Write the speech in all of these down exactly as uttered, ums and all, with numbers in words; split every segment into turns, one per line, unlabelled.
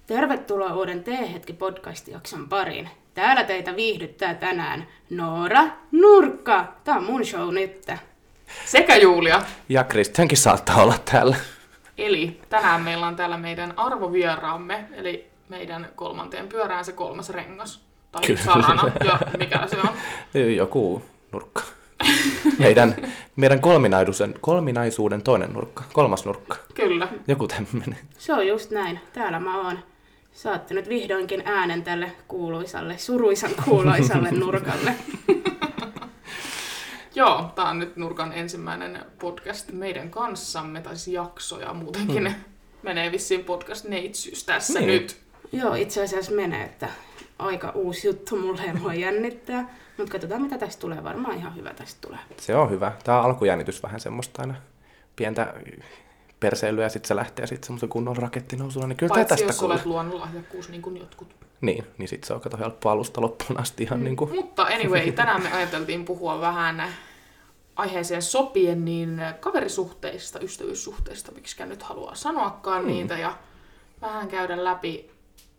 Tervetuloa uuden T-hetki-podcast-jakson pariin. Täällä teitä viihdyttää tänään Noora Nurkka. Tää on mun show nyt.
Sekä Julia.
Ja Kristiankin saattaa olla täällä.
Eli tänään meillä on täällä meidän arvovieraamme, eli meidän kolmanteen pyörään se kolmas rengas. Tai
Kyllä.
sarana, ja mikä se on?
Joku nurkka. Meidän, meidän kolminaisuuden, kolminaisuuden toinen nurkka, kolmas nurkka.
Kyllä.
Joku tämmöinen.
Se on just näin. Täällä mä oon saattanut vihdoinkin äänen tälle kuuluisalle, suruisan kuuluisalle nurkalle.
Joo, tää on nyt Nurkan ensimmäinen podcast meidän kanssamme, tai siis jakso, ja muutenkin mm. menee vissiin podcast-neitsyys tässä
niin.
nyt.
Joo, itse asiassa menee, että aika uusi juttu mulle ja mua jännittää. Mutta katsotaan mitä tästä tulee, varmaan ihan hyvä tästä tulee.
Se on hyvä. Tämä alkujännitys vähän semmoista aina pientä perseilyä ja sitten se lähtee sitten semmoisen kunnon rakettinousulla. Niin kyllä
Paitsi
tästä
jos
kuulee.
olet luonnonlahjakkuus niin kuin jotkut.
Niin, niin sitten se on kato helppo alusta loppuun asti ihan mm. niin kuin.
Mutta anyway, tänään me ajateltiin puhua vähän aiheeseen sopien niin kaverisuhteista, ystävyyssuhteista, miksikään nyt haluaa sanoakaan mm. niitä, ja vähän käydä läpi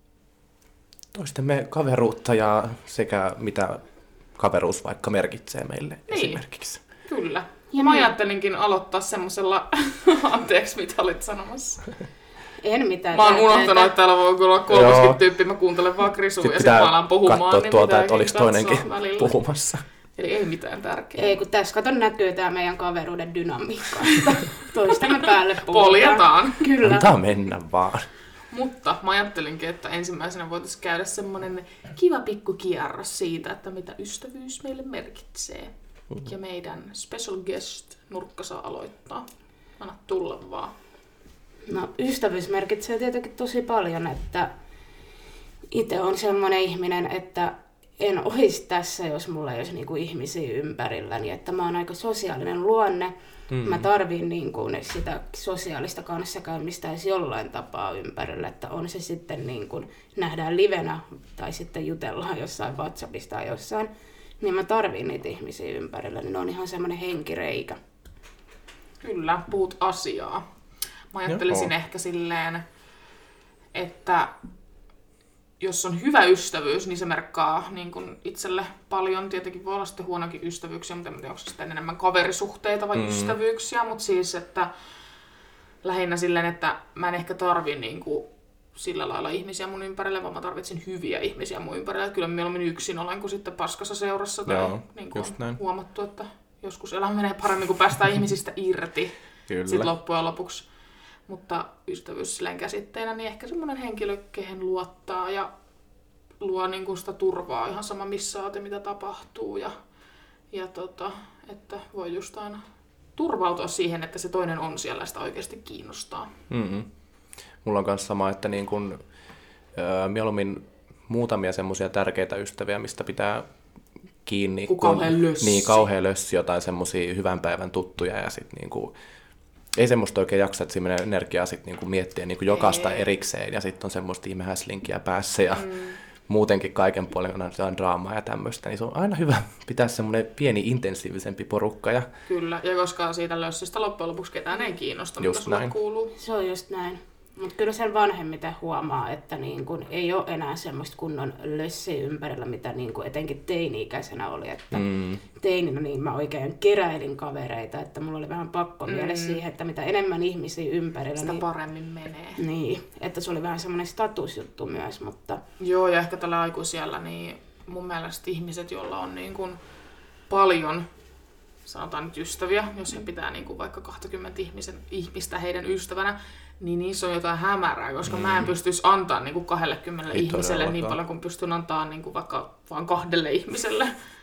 Toistemme kaveruutta ja sekä mitä kaveruus vaikka merkitsee meille
niin,
esimerkiksi.
Kyllä. Ja mä ajattelinkin aloittaa semmoisella, anteeksi mitä olit sanomassa.
En mitään.
Mä oon unohtanut, että täällä voi olla kolmaskin tyyppi, mä kuuntelen vaan Krisua ja sit mä alan puhumaan.
Katsoa
niin
tuolta, että olis toinenkin
välillä
puhumassa.
Eli ei mitään tärkeää.
Ei, kun tässä katon näkyy tää meidän kaveruuden dynamiikka. Toistemme päälle puhutaan.
Poljetaan.
Kyllä.
Antaa mennä vaan.
Mutta mä ajattelinkin, että ensimmäisenä voitaisiin käydä semmonen kiva pikku kierros siitä, että mitä ystävyys meille merkitsee. Mm. Ja meidän special guest Nurkka saa aloittaa. Anna tulla vaan.
No, ystävyys merkitsee tietenkin tosi paljon, että itse on semmoinen ihminen, että en olisi tässä, jos mulla ei olisi niinku ihmisiä ympärilläni. Että mä oon aika sosiaalinen luonne. Mm. Mä tarvin niinku sitä sosiaalista kanssakäymistä edes jollain tapaa ympärillä. Että on se sitten niinku, nähdään livenä tai sitten jutellaan jossain WhatsAppista tai jossain. Niin mä tarvin niitä ihmisiä ympärillä. Niin ne on ihan semmoinen henkireikä.
Kyllä, puhut asiaa. Mä ajattelisin
Joo.
ehkä silleen, että jos on hyvä ystävyys, niin se merkkaa niin kun itselle paljon. Tietenkin voi olla sitten huonokin ystävyyksiä, mutta en tiedä, onko se sitten enemmän kaverisuhteita vai mm. ystävyyksiä. Mutta siis, että lähinnä silleen, että mä en ehkä tarvi niin kuin sillä lailla ihmisiä mun ympärille, vaan mä tarvitsin hyviä ihmisiä mun ympärille. Kyllä mieluummin yksin olen kuin sitten paskassa seurassa. Tai
Joo,
niin kuin on huomattu, että joskus elämä menee paremmin, kun päästään ihmisistä irti sitten loppujen lopuksi. Mutta ystävyys silleen käsitteenä, niin ehkä semmoinen henkilö, kehen luottaa ja luo niin kuin sitä turvaa ihan sama missä oot ja mitä tapahtuu. Ja, ja tota, että voi just aina turvautua siihen, että se toinen on siellä ja sitä oikeasti kiinnostaa.
Mm-hmm. Mulla on myös sama, että niin kun, ö, mieluummin muutamia semmoisia tärkeitä ystäviä, mistä pitää kiinni.
Kun kauhean lössi.
Niin, kauhean lössi, jotain semmoisia hyvän päivän tuttuja ja sit niinku ei semmoista oikein jaksa, että siinä menee energiaa sit niinku miettiä niinku jokaista ei. erikseen ja sitten on semmoista ihmehäslinkiä päässä ja mm. muutenkin kaiken puolen on draamaa ja tämmöistä, niin se on aina hyvä pitää semmoinen pieni intensiivisempi porukka. Ja
kyllä, ja koska siitä lössistä loppujen lopuksi ketään ei kiinnosta, mitä sulle kuuluu.
Se on just näin. Mutta kyllä sen vanhemmiten huomaa, että niin kun ei ole enää semmoista kunnon lössiä ympärillä, mitä niin kun etenkin teini-ikäisenä oli. Että mm. teininä niin mä oikein keräilin kavereita, että mulla oli vähän pakko mm. miele siihen, että mitä enemmän ihmisiä ympärillä.
Sitä
niin,
paremmin menee.
Niin, että se oli vähän semmoinen statusjuttu myös. Mutta
joo, ja ehkä tällä aikuisiällä niin mun mielestä ihmiset, joilla on niin kun paljon, sanotaan nyt ystäviä, jos he pitää niin kun vaikka kaksikymmentä ihmisen, ihmistä heidän ystävänä, niin niissä on jotain hämärää, koska mm. mä en pystyisi antaa niin kuin kaksikymmentä ei ihmiselle niin paljon kuin pystyn antaa niin kuin vaikka vaan kahdelle ihmiselle.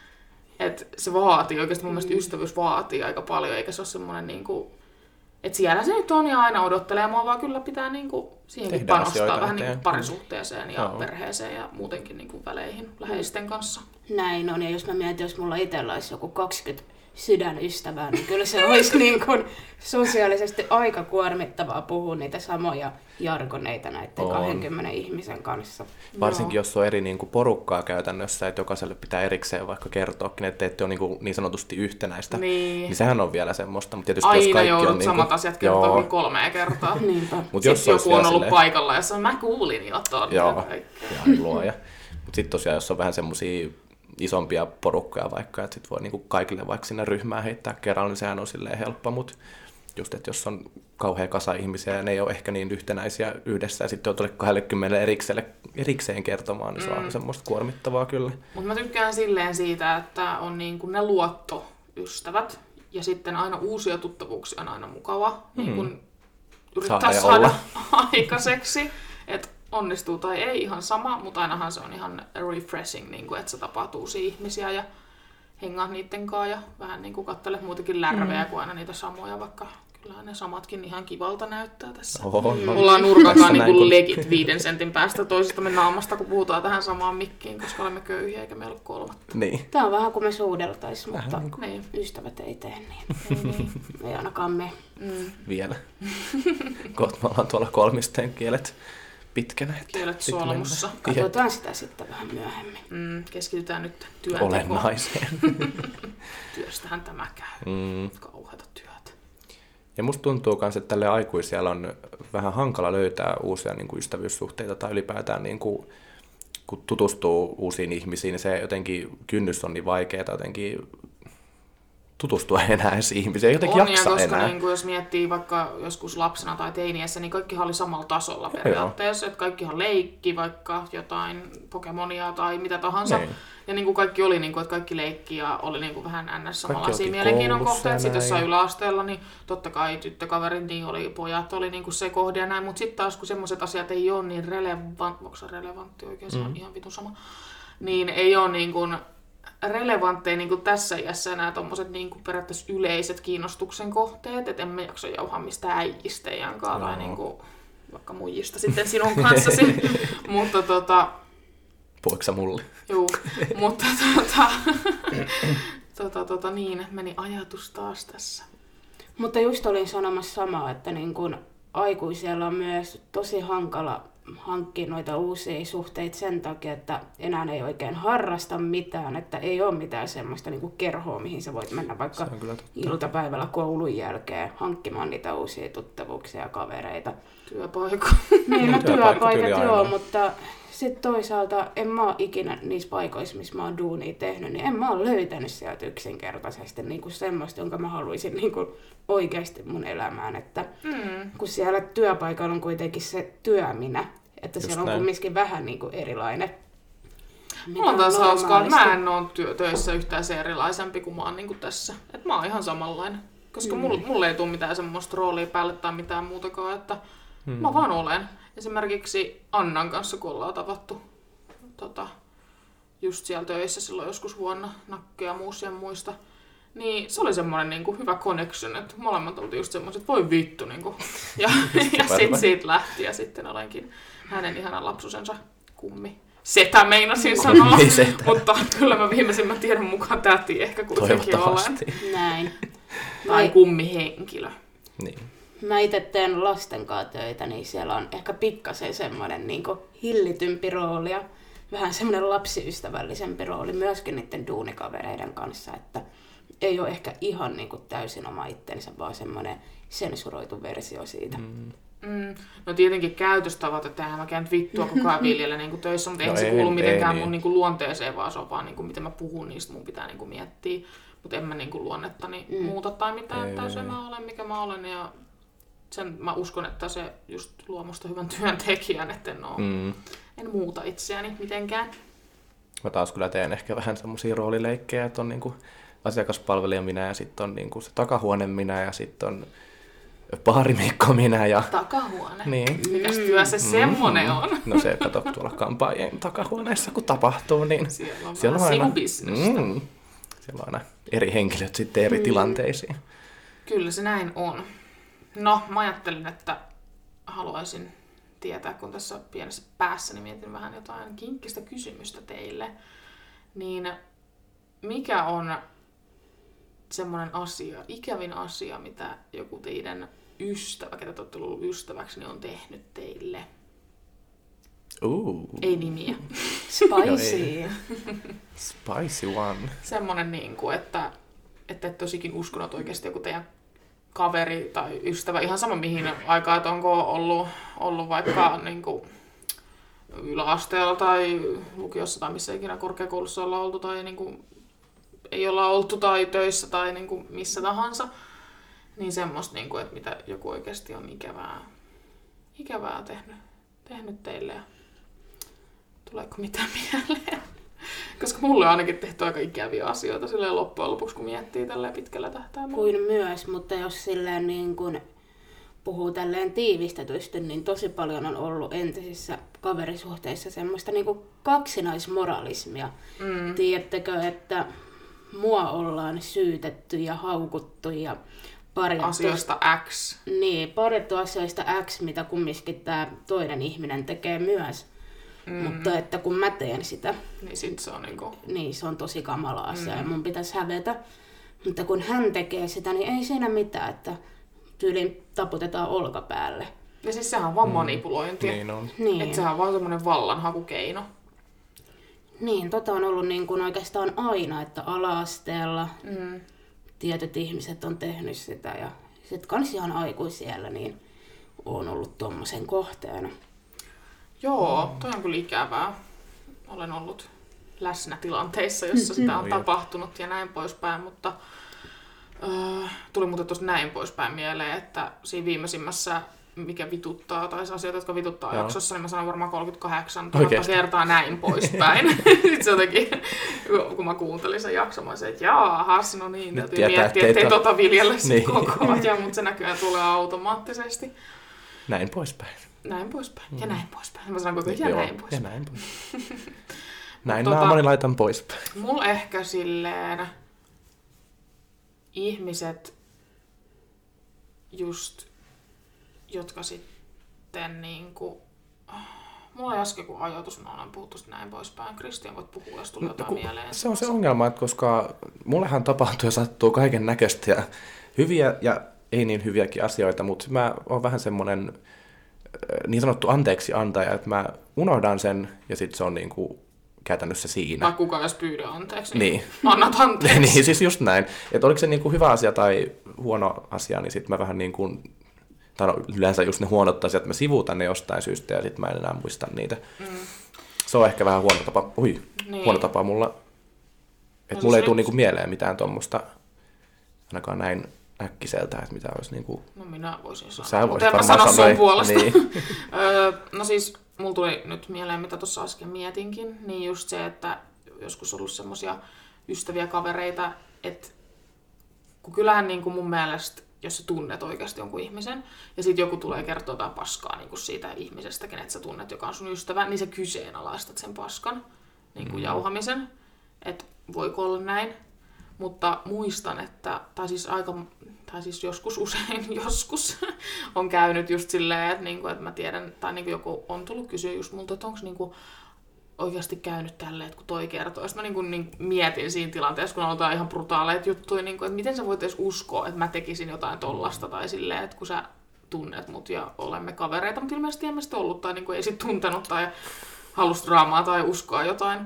Et se vaatii, oikeasti mun mielestä ystävyys vaatii aika paljon, eikä se ole semmoinen, niin kuin, että siellä se nyt on ja aina odottelee, mua vaan kyllä pitää niin kuin siihenkin tehdä panostaa vähän niin kuin parisuhteeseen ja no. perheeseen ja muutenkin niin kuin väleihin läheisten kanssa.
Näin on, ja jos mä mietin, jos mulla itsellä olisi joku kaksikymmentä sydänystävää, niin kyllä se olisi niin kuin sosiaalisesti aika kuormittavaa puhua niitä samoja jargoneita näiden
on.
kaksikymmentä ihmisen kanssa.
Varsinkin jos on eri niin kuin porukkaa käytännössä, että jokaiselle pitää erikseen vaikka kertoakin, että ette ole niin, kuin niin sanotusti yhtenäistä, niin. niin sehän on vielä semmoista. Mutta tietysti,
aina
jos kaikki
joudut
on, niin kuin,
samat asiat kertoa kolmea kertaa.
Mut
sitten joku on ollut silleen paikalla ja sanoo, mä kuulin jo ton.
Joo, ihan luoja. Mutta sitten tosiaan, jos on vähän semmoisia isompia porukkoja vaikka, että sit voi niinku kaikille vaikka sinne ryhmään heittää kerran, niin sehän on silleen helppo, mutta just, että jos on kauhean kasa ihmisiä ja ne ei ole ehkä niin yhtenäisiä yhdessä ja sitten joutuu kaksikymmentä erikseen, erikseen kertomaan, niin se on mm. semmoista kuormittavaa kyllä.
Mutta mä tykkään silleen siitä, että on niinku ne luottoystävät ja sitten aina uusia tuttavuuksia on aina mukava mm. niin yrittää Saa saada aikaiseksi, että onnistuu tai ei, ihan sama, mutta ainahan se on ihan refreshing, niin kuin, että se tapahtuu uusia ihmisiä ja hengaat niiden kanssa ja vähän niin kuin katselet muutenkin lärvejä mm. kuin aina niitä samoja, vaikka kyllähän ne samatkin ihan kivalta näyttää tässä.
Oho, no,
ollaan nurkakaan niin kuin legit viiden sentin päästä toisistamme naamasta, kun puhutaan tähän samaan mikkiin, koska olemme köyhiä eikä meillä ole kolmatta.
Niin.
Tämä on vähän kuin me suudeltaisiin, mutta
niin kuin...
ystävät ei tee niin. niin. Ei ainakaan me.
Mm.
Vielä. Kohta me ollaan tuolla kolmisten kielet pitkänä.
Kielet solmussa.
Katsotaan sitä sitten vähän myöhemmin.
Mm, keskitytään nyt työntekoon.
Olennaiseen.
Työstähän tämä käy.
Mm.
Kauheata työtä.
Ja musta tuntuu myös, että tälle aikuisella on vähän hankala löytää uusia niin kuin ystävyyssuhteita tai ylipäätään niin kuin, kun tutustuu uusiin ihmisiin, niin se jotenkin kynnys on niin vaikeaa jotenkin tutustua enää edes ihmisiä, jotenkin
on,
jaksa
ja koska
enää.
Niin kuin jos miettii vaikka joskus lapsena tai teiniässä, niin kaikkihan oli samalla tasolla periaatteessa. Että kaikkihan leikki vaikka jotain Pokemonia tai mitä tahansa. Nein. Ja niin kuin kaikki oli, niin kuin, että kaikki leikki ja oli niin kuin vähän ns. Samanlaisia mielenkiinnon kohteet. Sitten jossain yläasteella, niin totta kai tyttökaverit, niin oli pojat, oli niin kuin se kohde ja näin. Mutta sitten taas, kun semmoiset asiat ei ole niin relevantti, onko se relevantti oikein, se on mm. ihan vitun sama, niin ei ole niin kuin relevantteja niin kuin tässä iässä enää tommoset niin kuin periaatteessa yleiset kiinnostuksen kohteet, et emme jaksa jauhaa mistään äijistä iänkaan tai niin kuin, vaikka muijista sitten sinun kanssasi, mutta tota...
Puhuitko mulle?
Juu, mutta tota, tota, tota niin, meni ajatus taas tässä.
Mutta just olin sanomassa samaa, että niin kun aikuisella on myös tosi hankala hankkia noita uusia suhteita sen takia, että enää ei oikein harrasta mitään, että ei ole mitään semmoista niin kuin kerhoa, mihin sä voit mennä vaikka iltapäivällä koulun jälkeen hankkimaan niitä uusia tuttavuuksia ja kavereita.
Työpaikka.
Niin, no työpaikat joo, mutta sitten toisaalta en mä ole ikinä niissä paikoissa, missä mä oon duunia tehnyt, niin en mä ole löytänyt sieltä yksinkertaisesti niin kuin semmoista, jonka mä haluaisin niin kuin oikeasti mun elämään. Että mm. kun siellä työpaikalla on kuitenkin se työminä, että just siellä on näin. Kumminkin vähän niin kuin erilainen.
Mulla on taas hauskaa, mä en ole työ- töissä yhtään se erilaisempi kuin mä oon niin kuin tässä. Että mä oon ihan samanlainen. Koska mm. mulle, mulle ei tule mitään semmoista roolia päälle tai mitään muutakaan, että mm. mä vaan olen. Esimerkiksi Annan kanssa, kun ollaan tavattu tota, just siellä töissä silloin joskus vuonna, Nakkeja ja muusia muista, niin se oli semmoinen niin kuin hyvä connection, että molemmat oltiin just semmoiset, että voi vittu. Niin kuin. Ja, ja sitten siitä lähti ja sitten olenkin hänen ihanan lapsusensa kummi. Setä meinasin sanoa, mutta kyllä mä viimeisimmän tiedon mukaan täti ehkä kuitenkin olen.
Näin.
Tai kummihenkilö.
Niin.
Mä itse teen lasten kanssa töitä, niin siellä on ehkä pikkasen semmoinen niin kuin hillitympi rooli ja vähän semmoinen lapsiystävällisempi rooli myöskin niiden duunikavereiden kanssa, että ei ole ehkä ihan niin kuin täysin oma itsensä, vaan semmoinen sensuroitu versio siitä.
Mm.
Mm. No tietenkin käytöstavat, että eihän mä käyn vittua koko ajan viljellä niin töissä, mutta
no
eihän
ei,
se kuulu mitenkään
ei,
mun
niin.
niin kuin luonteeseen, vaan se on vaan niin kuin, miten mä puhun, niistä mun pitää niin kuin miettiä. Mutta en mä niin kuin luonnettani mm. muuta tai mitään, että se mä olen, mikä mä olen. Ja sen mä uskon, että se just luo musta hyvän työntekijän, että en, oo, mm. en muuta itseäni mitenkään.
Mä taas kyllä teen ehkä vähän semmosia roolileikkejä, että on niinku asiakaspalvelija minä ja sitten on niinku se takahuone minä ja sitten on baarimikko minä. Ja...
Takahuone?
Niin.
Mikäs työ se mm. semmonen on?
No se, kato tuolla kampaajien takahuoneessa kun tapahtuu, niin
siellä on
siellä
vähän
on aina,
sinubisnestä.
mm, siellä on aina eri henkilöt sitten eri mm. tilanteisiin.
Kyllä se näin on. No, mä ajattelin, että haluaisin tietää, kun tässä pienessä päässäni mietin vähän jotain kinkkistä kysymystä teille, niin mikä on semmoinen asia, ikävin asia, mitä joku teidän ystävä, ketä te olette ollut ystäväksi, niin on tehnyt teille?
Uh.
Ei nimiä.
Spicy.
Spicy one.
Semmoinen, niin kuin, että, että et tosikin uskonut oikeasti joku teidän kaveri tai ystävä, ihan sama mihin aikaan, että onko ollut, ollut vaikka niin kuin yläasteella tai lukiossa tai missä ikinä korkeakoulussa ollaan oltu tai niin kuin, ei olla oltu tai töissä tai niin kuin missä tahansa, niin semmoista, niin kuin, että mitä joku oikeasti on ikävää, ikävää tehnyt, tehnyt teille ja tuleeko mitään mieleen? Koska mulle on ainakin tehty aika ikäviä asioita silleen loppujen lopuksi, kun miettii tälleen pitkällä tähtäimellä.
Kuin myös, mutta jos silleen niin kuin puhuu tälleen tiivistetysti, niin tosi paljon on ollut entisissä kaverisuhteissa semmoista niin kuin kaksinaismoralismia. Mm. Tiedättekö, että mua ollaan syytetty ja haukuttu ja parjattu
asioista X.
Niin, parjattu asioista X, mitä kumminkin tämä toinen ihminen tekee myös. Mm. Mutta että kun mä teen sitä,
niin, sit se, on niinku...
niin se on tosi kamala asia mm. ja mun pitäisi hävetä. Mutta kun hän tekee sitä, niin ei siinä mitään, että tyyliin taputetaan olkapäälle.
Ja siis sehän on vaan mm. manipulointia.
Niin on.
Niin.
Että sehän on vaan semmoinen vallanhakukeino.
Niin, tota on ollut niin kuin oikeastaan aina, että ala-asteella
mm.
tietyt ihmiset on tehnyt sitä ja sit kans ihan aikuisiellä niin on ollut tommosen kohteena.
Joo, toi on kyllä ikävää. Olen ollut läsnä tilanteissa, jossa sitä on tapahtunut ja näin poispäin, mutta äh, tuli muuten tuosta näin poispäin mieleen, että siinä viimeisimmässä mikä vituttaa, tai asioita, jotka vituttaa Joo. jaksossa, niin mä sanon varmaan kolmekymmentäkahdeksan kertaa näin poispäin. Sitten se jotenkin, kun mä kuuntelin sen jakson, mä sanoin, että jaahas, no niin, täytyy miettiä, ettei tota viljellä niin. koko ajan, mutta se näköjään tulee automaattisesti.
Näin poispäin.
Näin poispäin, ja mm. näin poispäin. Mä sanon koko ajan, ja
Joo,
näin poispäin.
Ja näin poispäin. Näin tota, naamani laitan poispäin.
Mulla ehkä silleen ihmiset just, jotka sitten niinku... Mulla on äsken kun ajatus, mä olen puhuttu näin poispäin. Kristian, voit puhua, jos tuli jotain mieleen.
Se on se ongelma, että koska mullehan tapahtuu ja sattuu kaiken näköistä ja hyviä ja ei niin hyviäkin asioita, mutta mä oon vähän semmoinen niin sanottu anteeksi antaja, että mä unohdan sen ja sitten se on niinku käytännössä siinä.
Tai kukaan jos pyydä anteeksi,
niin,
niin annat anteeksi.
niin, siis just näin. Että oliko se niinku hyvä asia tai huono asia, niin sitten mä vähän niin kuin, tai yleensä just ne huonot asiat, mä sivuutan ne jostain syystä ja sitten mä en enää muista niitä. Mm. Se on ehkä vähän huono tapa, ui, niin. huono tapa mulla. Että no, mulla ei tule niinku mieleen mitään tuommoista, ainakaan näin äkkiseltä, että mitä olisi niinku...
No minä voisin sanoa.
Sä
mutta en mä sano sun puolesta. Niin. No siis, mulla tuli nyt mieleen, mitä tuossa äsken mietinkin, niin just se, että joskus on ollut semmosia ystäviä kavereita, että kun kyllähän niin kuin mun mielestä, jos sä tunnet oikeasti jonkun ihmisen, ja sitten joku tulee kertoa jotain paskaa niin kuin siitä ihmisestä, kenet sä tunnet, joka on sun ystävä, niin sä kyseenalaistat sen paskan, niin kuin mm. jauhamisen, että voiko olla näin. Mutta muistan, että, tai siis, aika, tai siis joskus usein, joskus on käynyt just silleen, että, niinku, että mä tiedän, tai niinku joku on tullut kysyä just multa, että onko niinku oikeasti käynyt tälleen, että kun toi kertoo. Sitten mä niinku, niin mietin siinä tilanteessa, kun on jotain ihan brutaaleita juttuja, niinku, että miten sä voit edes uskoa, että mä tekisin jotain tollasta, tai silleen, että kun sä tunnet mut ja olemme kavereita, mutta ilmeisesti emme sitten ollut, tai niinku ei sit tuntenut, tai halus draamaa, tai uskoa jotain.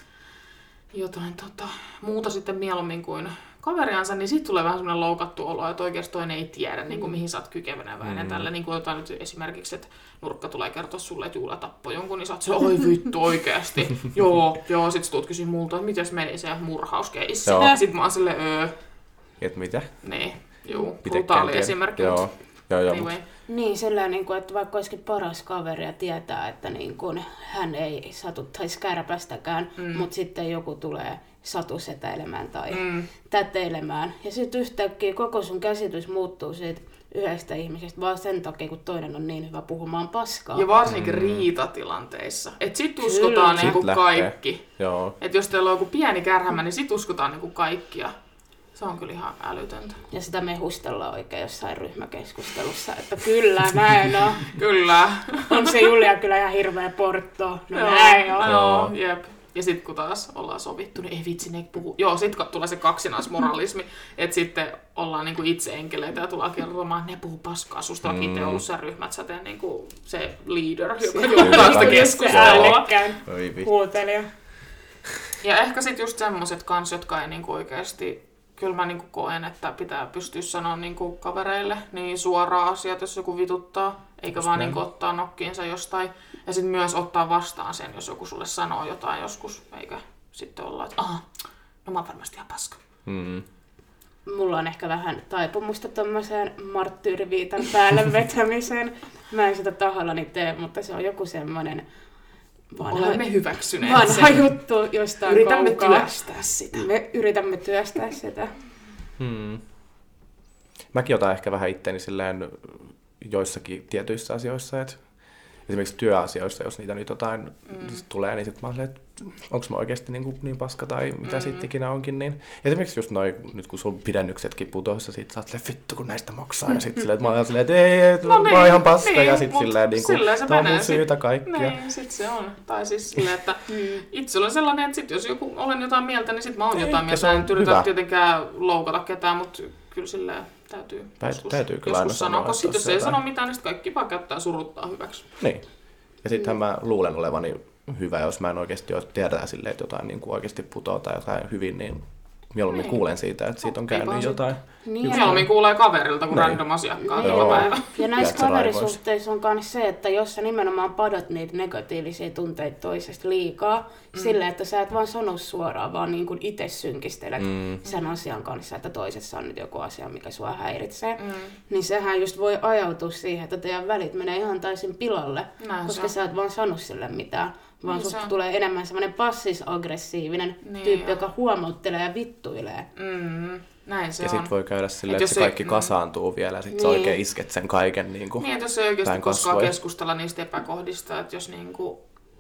jotain tota, muuta sitten mieluummin kuin kaveriansa, niin siitä tulee vähän semmoinen loukattu olo, että oikeasti toinen ei tiedä, mm. niin kuin, mihin sä oot kykeneväinen. Mm. Ja tällä, niin kuin jotain nyt esimerkiksi, että Nurkka tulee kertoa sulle, että Juula tappoi jonkun, niin sä oot se, oi vittu oikeasti. joo, joo, sit sä tulet kysyä multa, että mitäs meni se murhauskeissi. Ja sit mä oon silleen, öö.
Et mitä?
Niin, juu, brutaali esimerkki.
Joo. Joo, joo,
anyway.
Niin, sellainen, niin kuin, että vaikka olisikin paras kaveri ja tietää, että niin kuin, hän ei satuttaisi kärpästäkään, mm. mutta sitten joku tulee satusetäilemään tai mm. täteilemään. Ja sitten yhtäkkiä koko sun käsitys muuttuu siitä yhdestä ihmisestä vaan sen takia, kun toinen on niin hyvä puhumaan paskaa.
Ja varsinkin mm. riitatilanteissa. Että sit uskotaan niin kuin kaikki. Että jos teillä on joku pieni kärhämä, niin sit uskotaan niin kuin kaikkia. Se on kyllä ihan älytöntä.
Ja sitä mehustellaan oikein jossain ryhmäkeskustelussa, että kyllä, näin on.
Kyllä.
On se Julia kyllä ihan hirveä portto. No joo, näin on.
Joo, jep. Ja sitten kun taas ollaan sovittu, niin ei vitsi, ne ei puhu. Joo, sitten tulee se kaksinaismoralismi, että sitten ollaan niinku itse enkeleitä ja tullaan kertomaan, ne puhuu paskaa susta, vaikka mm. itse ollut sen ryhmät, sä teen niinku se leader, joka johtaa sitä keskustelua.
Huutelija.
Ja ehkä sitten just semmoset kans, jotka ei niinku oikeesti, kyllä mä niinku koen, että pitää pystyä sanoa niinku kavereille niin suoraan asiat, jos joku vituttaa, eikä just vaan niinku ottaa nokkiinsa jostain. Ja sitten myös ottaa vastaan sen, jos joku sulle sanoo jotain joskus, eikä sitten olla, että aha, no mä oon varmasti ihan paska.
Mm.
Mulla on ehkä vähän taipumusta tommoseen marttyyriviitan päälle vetämiseen. Mä en sitä tahallani tee, mutta se on joku semmoinen vanha,
olemme hyväksyneet
vanha
sen.
juttu jostain
yritämme
kaukaa.
työstää sitä.
Me yritämme työstää sitä.
Hmm. Mäkin otan ehkä vähän itteeni silleen joissakin tietyissä asioissa, että esimerkiksi työasioissa, jos niitä nyt jotain mm. tulee, niin sitten mä oon silleen, että onko mä oikeasti niin, niin paska tai mitä mm. sitten ikinä onkin. Niin. Esimerkiksi just noin, nyt kun sun pidennyksetkin putoissa, sit sä oot silleen, vittu kun näistä maksaa. Ja sitten silleen, että mä oon silleen, että ei, ei no mä oon ihan paska. Niin, ja sitten silleen, niin kuin, tää on mun syytä kaikkia.
Niin, sit se on. Tai siis silleen, että itse olen sellainen, että sit jos joku olen jotain mieltä, niin sit mä oon jotain mieltä. En yritä tietenkään loukata ketään, mutta kyllä silleen täytyy
Täyt,
joskus,
täytyy kyllä
joskus
aina
sanoa, koska jos ei
jotain.
sano mitään, niin kaikki vaan käyttää suruttaa hyväksi.
Niin. Ja sittenhän mä luulen olevani hyvä, jos mä en oikeasti tiedä silleen, että jotain niin kuin oikeasti putoaa tai jotain hyvin, niin mieluummin niin. kuulen siitä, että siitä on käynyt jotain.
Niin. Mieluummin kuulee kaverilta kuin niin. random asiakkaan
niin.
joka päivä.
Ja näissä kaverisuhteissa on myös se, että jos sä nimenomaan padot niitä negatiivisia tunteita toisesta liikaa, mm. silleen, että sä et vaan sano suoraan, vaan niin kuin itse synkistelet mm. sen asian kanssa, että toisessa on nyt joku asia, mikä sua häiritsee, mm. niin sehän just voi ajautua siihen, että teidän välit menee ihan täysin pilalle, näin koska sä et vaan sano sille mitään. Vaan niin susta tulee enemmän semmoinen passis-aggressiivinen niin tyyppi, jo. joka huomauttelee ja vittuilee.
Mm, näin se
ja
on.
sit voi käydä silleen, että se kaikki mm, kasaantuu vielä ja sit niin. sä oikein isket sen kaiken niin kuin
niin, että jos ei oikeasti koskaan keskustella niistä epäkohdista, että jos niin kuin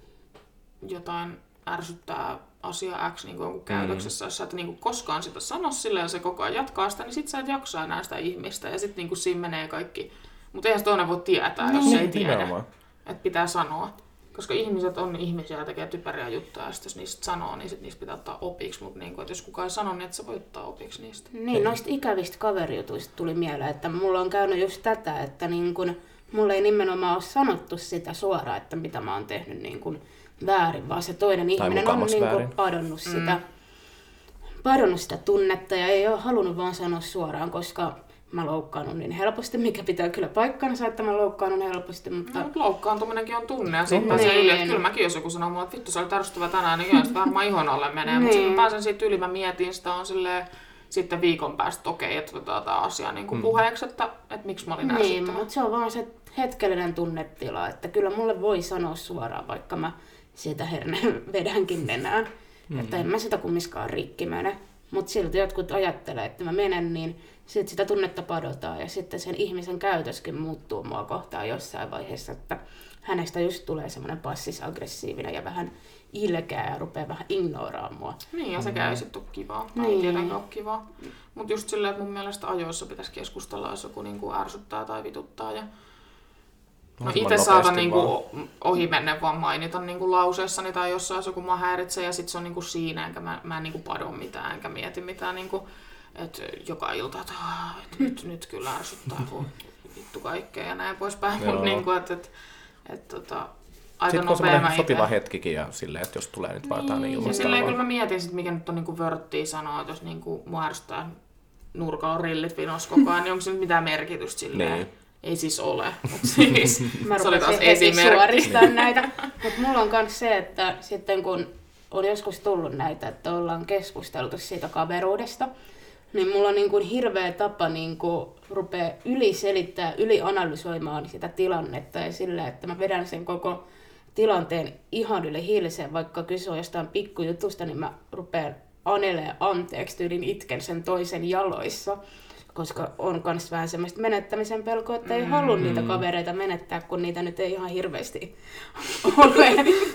jotain ärsyttää asia X niin kuin jonkun käytöksessä, mm. jos sä et niin kuin koskaan sitä sano sille ja se koko ajan jatkaa sitä, niin sit sä et jaksaa enää sitä ihmistä ja sit niin kuin siinä menee kaikki. Mutta eihän se toinen voi tietää, jos
niin.
ei tiedä, että pitää sanoa. Koska ihmiset on ihmisiä ja tekee typeriä juttuja, ja jos niistä sanoo, niin sit niistä pitää ottaa opiksi. Mutta niin jos kukaan ei sano, niin et sä voi ottaa opiksi niistä.
Niin, ei. Noista ikävistä kaverijutuista tuli mieleen, että mulla on käynyt just tätä, että niin kun, mulla ei nimenomaan ole sanottu sitä suoraan, että mitä mä oon tehnyt niin kun väärin, vaan se toinen tai ihminen on niin kun padonnut, mm. sitä, padonnut sitä tunnetta ja ei ole halunnut vaan sanoa suoraan, koska mä loukkaannut niin helposti, mikä pitää kyllä paikkansa, että mä loukkaannut helposti, mutta
no, loukkaantuminenkin on tunne ja sitten pääsee yli, että kyllä mäkin jos joku sanoo mulle, että vittu sä olit ärsyttävä tänään, niin kyllä sitä varmaan ihon alle menee, mutta sitten mä pääsen siitä yli, mä mietin sitä, on silleen sitten viikon päästä, okei, että otetaan tämä asia niin kuin mm. puheeksi, että, että miksi mä olin ärsyttävä.
Niin, mutta se on vaan se hetkellinen tunnetila, että kyllä mulle voi sanoa suoraan, vaikka mä siitä herneen vedänkin nenään, mm. että en mä sitä kumminkaan rikki mene. Mutta silti jotkut ajattelee, että mä menen, niin sit sitä tunnetta padotaan ja sitten sen ihmisen käytöskin muuttuu mua kohtaan jossain vaiheessa, että hänestä just tulee semmoinen passis-aggressiivinen ja vähän ilkeä ja rupeaa vähän ignoraamaan mua.
Niin, ja se käy sitten kivaa. Tai niin. tietenkään ole kivaa. Mutta just silleen, että mun mielestä ajoissa pitäisi keskustella, jos joku niinku ärsyttää tai vituttaa. Ja no itse saatan niinku ohi mennä vaan mainita niinku lauseessani tai jossain jos joku mua häiritsee ja sit se on niinku siinä, enkä mä, mä en niinku padon mitään, enkä mieti mitään niinku, että joka ilta, että et, nyt, nyt kyllä ärsyttää, kun vittu kaikkea ja näin poispäin, mutta niinku, että et, et, tota, aika
sitten
nopea
on sopiva hetkikin ja silleen, että jos tulee nyt vaan niin, ilmastelua.
Ja silleen kyllä mä mietin sit, mikä nyt on niinku vörttiä sanoa, että jos niinku mua ärsyttää nurkalla rillit vinos koko ajan, niin onko se nyt mitään merkitystä silleen? Niin. Ei siis ole, mutta siis
mä
se oli taas
esimerkki. Suoristaa näitä. Mutta mulla on myös se, että sitten kun on joskus tullut näitä, että ollaan keskusteltu siitä kaveruudesta, niin mulla on niin kuin hirveä tapa niin kuin rupea yliselittää, ylianalysoimaan sitä tilannetta ja sillä, että mä vedän sen koko tilanteen ihan yli hiiliseen, vaikka kyse on jostain pikkujutusta, niin mä rupean anelee anteeksi, tyylin itken sen toisen jaloissa. Koska on myös vähän semmoista menettämisen pelkoa, että ei mm. halua niitä kavereita menettää, kun niitä nyt ei ihan hirveästi ole.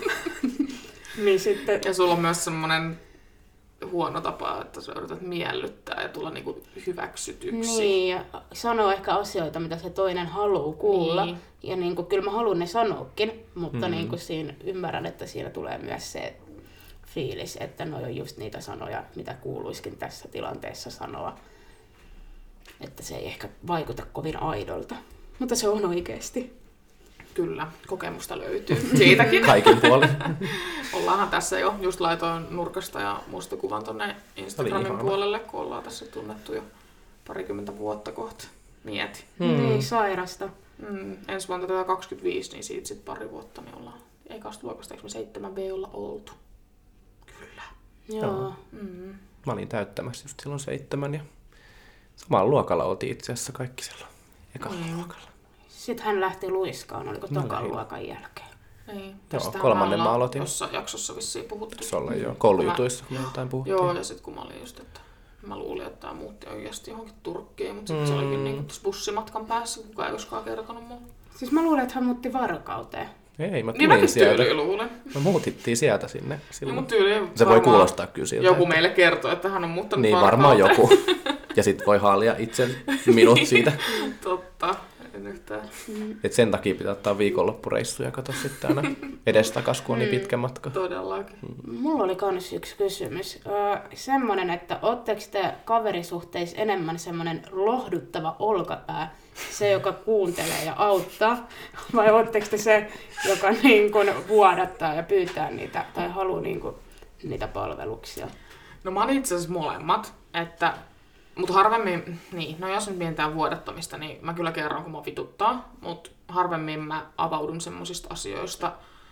niin sitten...
Ja sulla on myös semmoinen huono tapa, että sä yrität miellyttää ja tulla niinku hyväksytyksi.
Niin, ja sanoo ehkä asioita, mitä se toinen haluaa kuulla. Niin. Ja niinku, kyllä mä haluan ne sanoakin, mutta mm. niinku siinä ymmärrän, että siinä tulee myös se fiilis, että ne on just niitä sanoja, mitä kuuluisikin tässä tilanteessa sanoa. Että se ei ehkä vaikuta kovin aidolta, mutta se on oikeasti.
Kyllä, kokemusta löytyy siitäkin.
Kaikin puolin.
Ollaanhan tässä jo, just laitoin nurkasta ja muistokuvan tonne Instagramin puolelle, kun ollaan tässä tunnettu jo parikymmentä vuotta kohta. Mieti.
Hmm. Niin, sairasta.
Mm, ensi vuonna tätä kaksikymmentäviisi, niin siitä sitten pari vuotta me ollaan ekasta luokasta, eikö me seitsemän B olla oltu? Kyllä.
Joo.
Mm.
Mä olin täyttämässä just silloin seitsemän ja samalla luokalla oltiin itse asiassa kaikki silloin ekalla mm. luokalla.
Sitten hän lähti luiskaan, oliko tokan luokan jälkeen?
Niin.
Joo, kolmannen mä aloitin.
Jossain jaksossa vissiin puhuttu.
Se olla joo, koulujutuissa kun me jotain puhuttiin.
Joo, ja sitten kun mä olin just, että mä luulin, että tämä muutti oikeasti johonkin Turkkiin, mutta sitten mm. se olikin niin kuin tässä bussimatkan päässä, kukaan ei koskaan kertonut mulle.
Siis mä luulen, että hän muutti Varkauteen.
Ei, mä tulin
niin mäkin
sieltä.
tyyliin luulen.
Me muutittiin sieltä sinne silloin.
No, tyyliin,
se voi kuulostaa kyllä siltä.
Joku
että...
meille kertoo, että hän on muuttanut
niin,
Varkauteen.
Niin, varmaan joku. Ja sitten voi haalia itse minut siitä.
Totta. En yhtään.
Mm.
Et sen takia pitää ottaa viikonloppureissuja, kato sitten aina edestakas, kun on niin pitkä matka.
Todellakin.
Mm. Mulla oli kans yksi kysymys. Öö, semmonen, että ootteko te kaverisuhteissa enemmän semmonen lohduttava olkapää, se joka kuuntelee ja auttaa, vai ootteko te se, joka niin kun vuodattaa ja pyytää niitä tai haluaa niin kun niitä palveluksia?
No mä olin itse asiassa molemmat, että mutta harvemmin, niin, no jos nyt mietitään vuodattamista, niin mä kyllä kerron, kun mä vituttaa, mutta harvemmin mä avaudun semmosista asioista.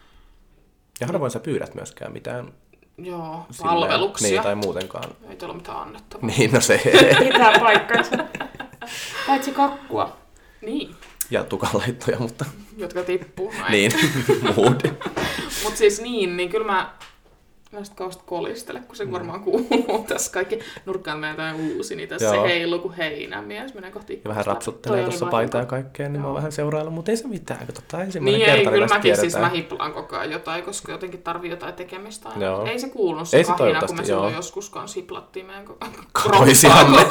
Ja harvoin sä pyydät myöskään mitään
joo,
silleen,
palveluksia.
Niin, tai muutenkaan.
Ei teillä ole mitään annettavaa.
Niin, no se.
Pitää paikkansa. Paitsi kakkua.
Niin.
Ja tukanlaittoja, mutta...
Jotka tippuu. Näin.
Niin, muut.
Mut siis niin, niin kyllä mä... Mä sit kauheasti kolistele, kun se varmaan kuuluu tässä kaikki. Nurkkaan menee jotain uusi, niin tässä
joo.
Se heiluu kuin heinämies. Menee kohti
ja vähän rapsuttelee tuossa paitaa ja kaikkea, niin joo. Mä oon vähän seurailla, mutta ei se mitään. Katsotaan ensimmäinen
niin
kerta,
ei,
niin
kyllä mäkin
tiedetään.
siis mä hiplaan koko ajan jotain, koska jotenkin tarvii jotain tekemistä.
Joo.
Ei se kuulu se
ei
kahina,
se
kun me silloin joskus kanssa hiplattiin meidän
toisiamme.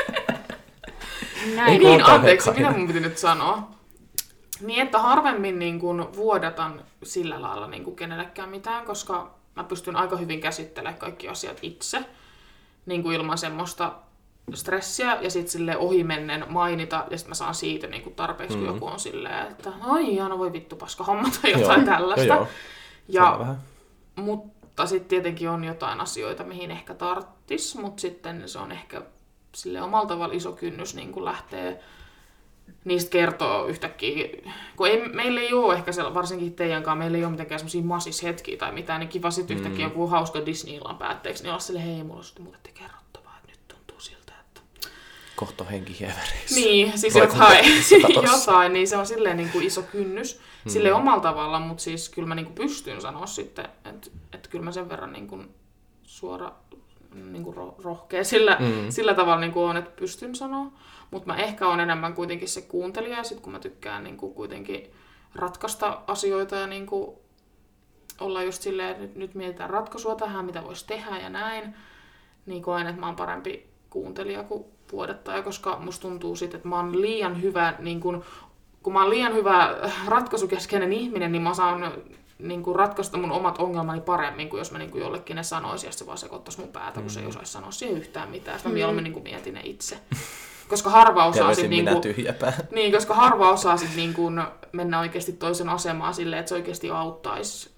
Näin.
Niin, anteeksi, mitä mun piti nyt sanoa? Niin, että harvemmin niin kun vuodatan sillä lailla niin kun kenellekään mitään, koska mä pystyn aika hyvin käsittelemään kaikki asiat itse, niin kuin ilman semmoista stressiä ja sitten sille ohimennen mainita, ja sitten mä saan siitä niin kuin tarpeeksi, mm-hmm. kun joku on silleen, että ai no voi vittu paska homma tai jotain joo, tällaista. Jo, jo. Ja, mutta sitten tietenkin on jotain asioita, mihin ehkä tarttis, mutta sitten se on ehkä sille omalla tavalla iso kynnys niin kuin lähtee niistä kertoo yhtäkkiä, kun ei, meillä ei ole ehkä siellä, varsinkin teidän kanssa, meillä ei ole mitenkään semmosia masishetkiä tai mitään, niin kiva sitten yhtäkkiä mm. joku hauska Disney-illan päätteeksi, niin olla silleen, hei, mulla on sitten mulle te kerrottavaa, että nyt tuntuu siltä, että...
Kohta on henki hievereissä.
Niin, siis jotain, jotain, niin se on silleen niin kuin iso kynnys, mm. silleen omalla tavalla, mutta siis kyllä mä niin kuin pystyn sanoa sitten, että, että kyllä mä sen verran niin kuin suora, niin kuin rohkea sillä, mm. sillä tavalla niin kuin on, että pystyn sanoa. Mutta mä ehkä on enemmän kuitenkin se kuuntelija, ja sit kun mä tykkään niin kuin kuitenkin ratkaista asioita ja niin kuin olla just silleen, että nyt, nyt mietitään ratkaisua tähän, mitä voisi tehdä ja näin, niin koen, että mä oon parempi kuuntelija kuin vuodattaja, koska musta tuntuu sit, että mä oon liian hyvä, niin kun, kun mä oon liian hyvä ratkaisukeskeinen ihminen, niin mä saan niin kuin ratkaista mun omat ongelmani paremmin kuin jos mä niin kuin jollekin ne sanoisin ja se vaan sekoittaisi mun päätä, kun mm. se ei osaisi sanoa siihen yhtään mitään. Sitten mä mieluummin niin kuin mietin ne itse. Koska harva osaa sit niinku, niin, koska harva osaa sit niinku mennä oikeasti toisen asemaan silleen, että se oikeasti auttaisi.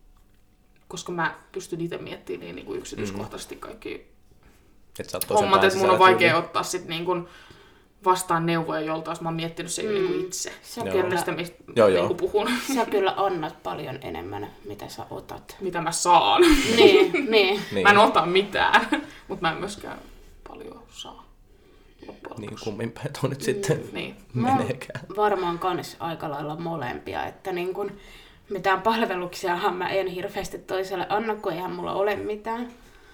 Koska mä pystyn itse miettimään niin niinku yksityiskohtaisesti kaikki
et
hommat, että mun on vaikea tyyli. Ottaa sit niinku vastaan neuvoja jolta, jos mä oon miettinyt sen mm. niinku itse.
Sä kyllä,
sitä, mistä
joo,
niinku puhun.
Sä kyllä annat paljon enemmän, mitä sä otat.
Mitä mä saan.
Niin, niin.
Mä en ota mitään, mutta mä en myöskään paljon saa.
Niin kummin päin tuo nyt sitten mm, niin. meneekään.
Varmaan kans aika lailla molempia, että niin kun mitään palveluksiahan mä en hirveästi toiselle anna, kun eihän mulla ole mitään.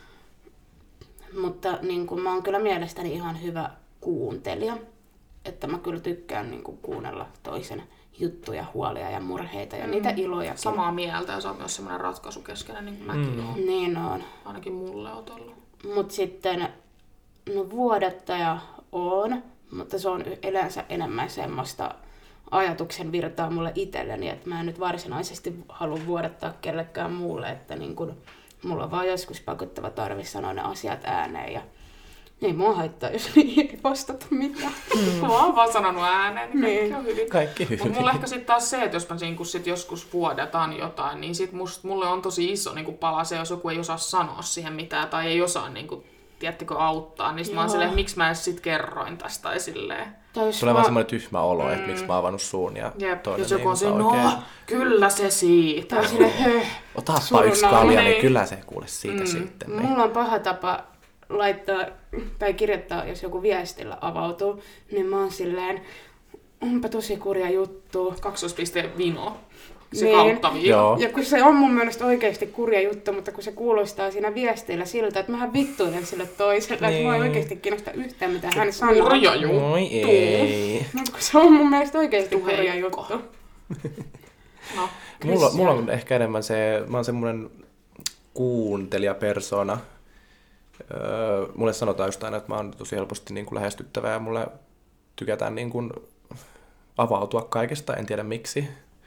Mutta niin kun mä oon kyllä mielestäni ihan hyvä kuuntelija, että mä kyllä tykkään niin kun kuunnella toisen juttuja, huolia ja murheita ja mm. niitä iloja.
Samaa mieltä ja sä oot myös semmoinen ratkaisukeskeinen, niin kuin mäkin mm. oon.
Niin on.
Ainakin mulle oot ollut.
Mut sitten, no vuodattaja on, mutta se on yleensä enemmän semmoista ajatuksen virtaa mulle itselleni, että mä en nyt varsinaisesti halua vuodattaa kellekään muulle, että niin kun mulla on vaan joskus pakottava tarve sanoa ne asiat ääneen ja ei mua haittaa, jos ei vastata mitään.
Mm. Mä oon vaan sanonut ääneen, niin kaikki on hyvin.
Kaikki hyvin.
Mutta mulla ehkä sitten taas se, että jos mä niin sit joskus vuodataan jotain, niin sit must, mulle on tosi iso niin pala se, jos joku ei osaa sanoa siihen mitään tai ei osaa niin kuin, tiedättekö, auttaa, niin sit mä oon silleen, miksi mä edes sit kerroin tästä tai silleen.
Tulee vaan semmoinen tyhmä olo, mm. että miksi mä oon avannut suun ja
Jep.
toinen
jos joku
niin
on se,
oikein...
no, kyllä se siitä.
Tai silleen, höh.
Otapa yksi kalja, niin
niin.
kyllä se kuule siitä
Mm.
sitten. Niin.
Mulla on paha tapa laittaa tai kirjoittaa, jos joku viestillä avautuu, niin mä oon silleen, onpa tosi kurja juttu.
Kaksoispiste vino. Se
Niin.
kautta viino.
Joo.
Ja kun se on mun mielestä oikeasti kurja juttu, mutta kun se kuulostaa siinä viestillä siltä, että mähän vittuilen sille toiselle, niin. että mä en oikeasti kiinnosta yhtään mitä hän sanoo.
Kurja juttu.
Moi ei.
Mutta kun se on mun mielestä oikeasti
Tuheikko.
kurja juttu.
No.
Mulla, mulla on ehkä enemmän se, mä oon semmoinen kuuntelijapersona. Öö, mulle sanotaan just aina, että mä oon tosi helposti niin kuin lähestyttävä ja mulle tykätään niin kuin avautua kaikesta, en tiedä miksi.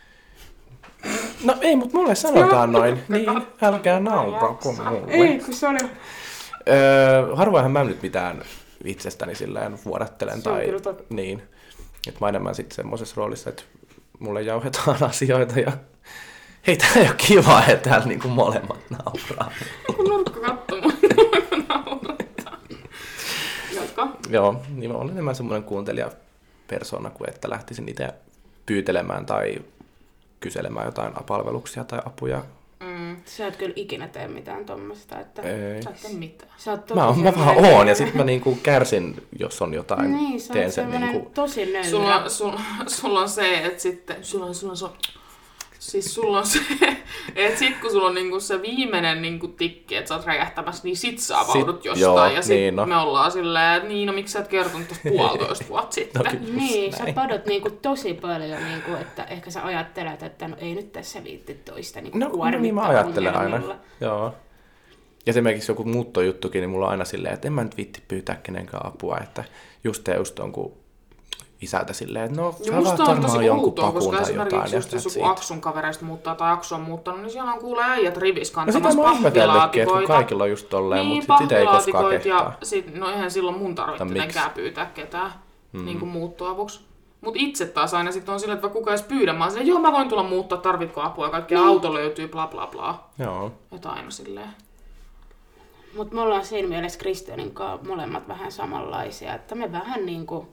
No ei, mutta mulle sanotaan noin. Niin, älkää naurako mulle.
Ei, kun se oli...
Öö, harvoinhan mä nyt mitään itsestäni silleen vuodattelen.
Se on
tai
kyllä totta.
niin. Että mä enemmän sitten semmoisessa roolissa, että mulle jauhetaan asioita ja hei, tää ei ole kiva, että täällä niinku molemmat nauraa.
Kun nurkka katsomaan, naurattaa. Jatka.
Joo, niin mä olen enemmän semmoinen kuuntelijapersona kuin että lähtisin itse pyytelemään tai kyselemään jotain palveluksia tai apuja.
Mm.
Sä et kyllä ikinä tee mitään tommoista, että...
Ei.
Sä et tee mitään.
Sä oot tosi
Mä, oon, mä vaan
semmoinen-
oon ja sit mä niinku kärsin, jos on jotain.
Niin, sä
teen
oot
sen
semmoinen
niinku...
tosi nöyrä.
Sulla, sulla, sulla on se, että sitten... Sulla on, sulla on, sulla on, siis sulla on se, että sit kun sulla on niinku se viimeinen niinku tikki, että sä oot räjähtämässä, niin sit sä avaudut
Sit-
jostain.
joo,
ja sit
niin no.
me ollaan silleen, että niin no miksi sä et kertonut tosta puolitoista vuotta sitten.
No kyllä.
Niin,
Just
sä
näin.
padot niinku tosi paljon, niinku, että ehkä sä ajattelet, että no ei nyt tässä viitti toista niinku
No, no niin mä
kuormittaa
ajattelen aina.
ongelmilla.
Joo. Ja esimerkiksi joku muuttojuttukin, niin mulla on aina silleen, että en mä nyt viitti pyytää kenenkään apua, että just ja just on kun isältä silleen, että no
Ja
sä
musta
vaat
on tosi
varmaan jonkun
outoa,
pakun
koska
tai
esimerkiksi
jotain.
just jos joku Aksun kavereista muuttaa tai Aksu on muuttanut, niin siellä on kuulee äijät rivis
No sitä
kantamassa
mä oon ihmetellytkin, että kun
pahvilaatikoita.
kaikilla on just tolleen,
Niin,
mutta sit sitä ei koskaan
pahvilaatikoit ja
kehtaa.
sit, no eihän silloin mun tarvitse
Tai miksi?
tietenkään pyytää ketään
Mm.
niin kuin muuttoavuksi. Mut itse taas aina sit on silleen, että vaikka kukaan edes pyydä, mä oon silleen, joo mä voin tulla muuttaa, tarvitko apua, ja kaikkea
Niin.
auto löytyy, bla bla bla.
Joo.
Että aina silleen.
Mutta me ollaan siinä mielessä Kristionin kanssa molemmat vähän samanlaisia, että me vähän niinku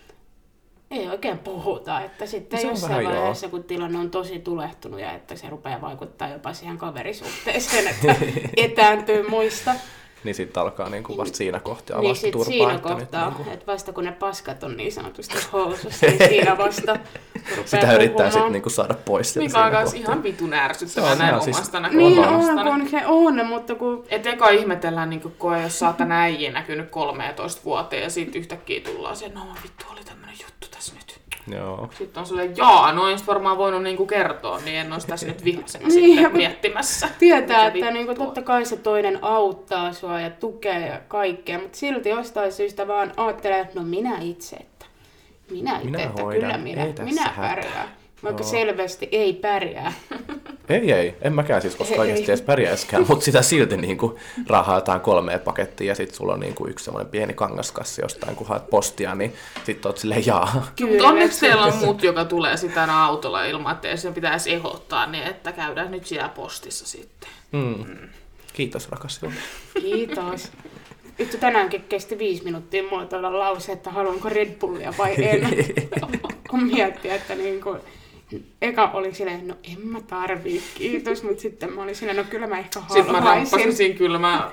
ei oikein puhuta, että sitten
Se on
jossain
vähän joo.
vaiheessa, kun tilanne on tosi tulehtunut ja että se rupeaa vaikuttaa jopa siihen kaverisuhteeseen, että etääntyy muista,
Niin sit alkaa niinku vasta siinä kohtaa
niin
vasta
sit
turpaa.
siinä
että nyt
kohtaa,
niinku-
että vasta kun ne paskat on niin sanotusti housussa, niin siinä vasta rupeaa
Sitä yrittää
puhumaan.
sit niinku saada pois sieltä
Mikä on
siinä
kans
kohtaa.
ihan vitun
Se
ärsyttävää
on
näin
ihan siis-
omasta
Niin
näkökulmasta.
on, kun se on, mutta kun
Et eka ihmetellään, niin kun ei ole saatana äijä näkynyt kolmetoista vuoteen ja sitten yhtäkkiä tullaan siihen, no vittu oli tämmönen juttu tässä nyt.
Joo.
Sitten on silleen, jaa, no olisi varmaan voinut niinku kertoa, niin en olisi tässä nyt vihasena
Niin,
sitten
ja kun
miettimässä.
tietää,
Mikä
että niinku
vittua.
totta kai se toinen auttaa sua ja tukee ja kaikkea, mutta silti jostain syystä vaan ajattelee, että no minä itse, että minä itse,
Minä
että
hoidan,
kyllä minä,
ei tässä
minä
hätää.
pärjään. Vaikka
Joo.
selvästi ei pärjää.
Ei, ei. En mäkään siis koskaan
Ei.
oikeasti edes pärjäiskään, mutta sitä silti niinku rahataan kolmeen pakettiin ja sit sulla on niinku yksi semmoinen pieni kangaskassi jostain, kun haet postia, niin sit oot silleen jaa.
Mutta onneksi teillä on muut, joka tulee sitä aina autolla ilman, että sen pitäisi ehdottaa, niin että käydään nyt siellä postissa sitten.
Mm. Kiitos rakas Jolli.
Kiitos. Vittu tänäänkin kesti viisi minuuttia muotoilla lause, että haluanko Red Bullia vai en. Kun miettii, että niinku, eka oli silleen, no en mä tarvii, kiitos, mutta sitten mä olin silleen, no kyllä mä ehkä
Sitten mä ramppasin
haluaisin.
siinä kylmä,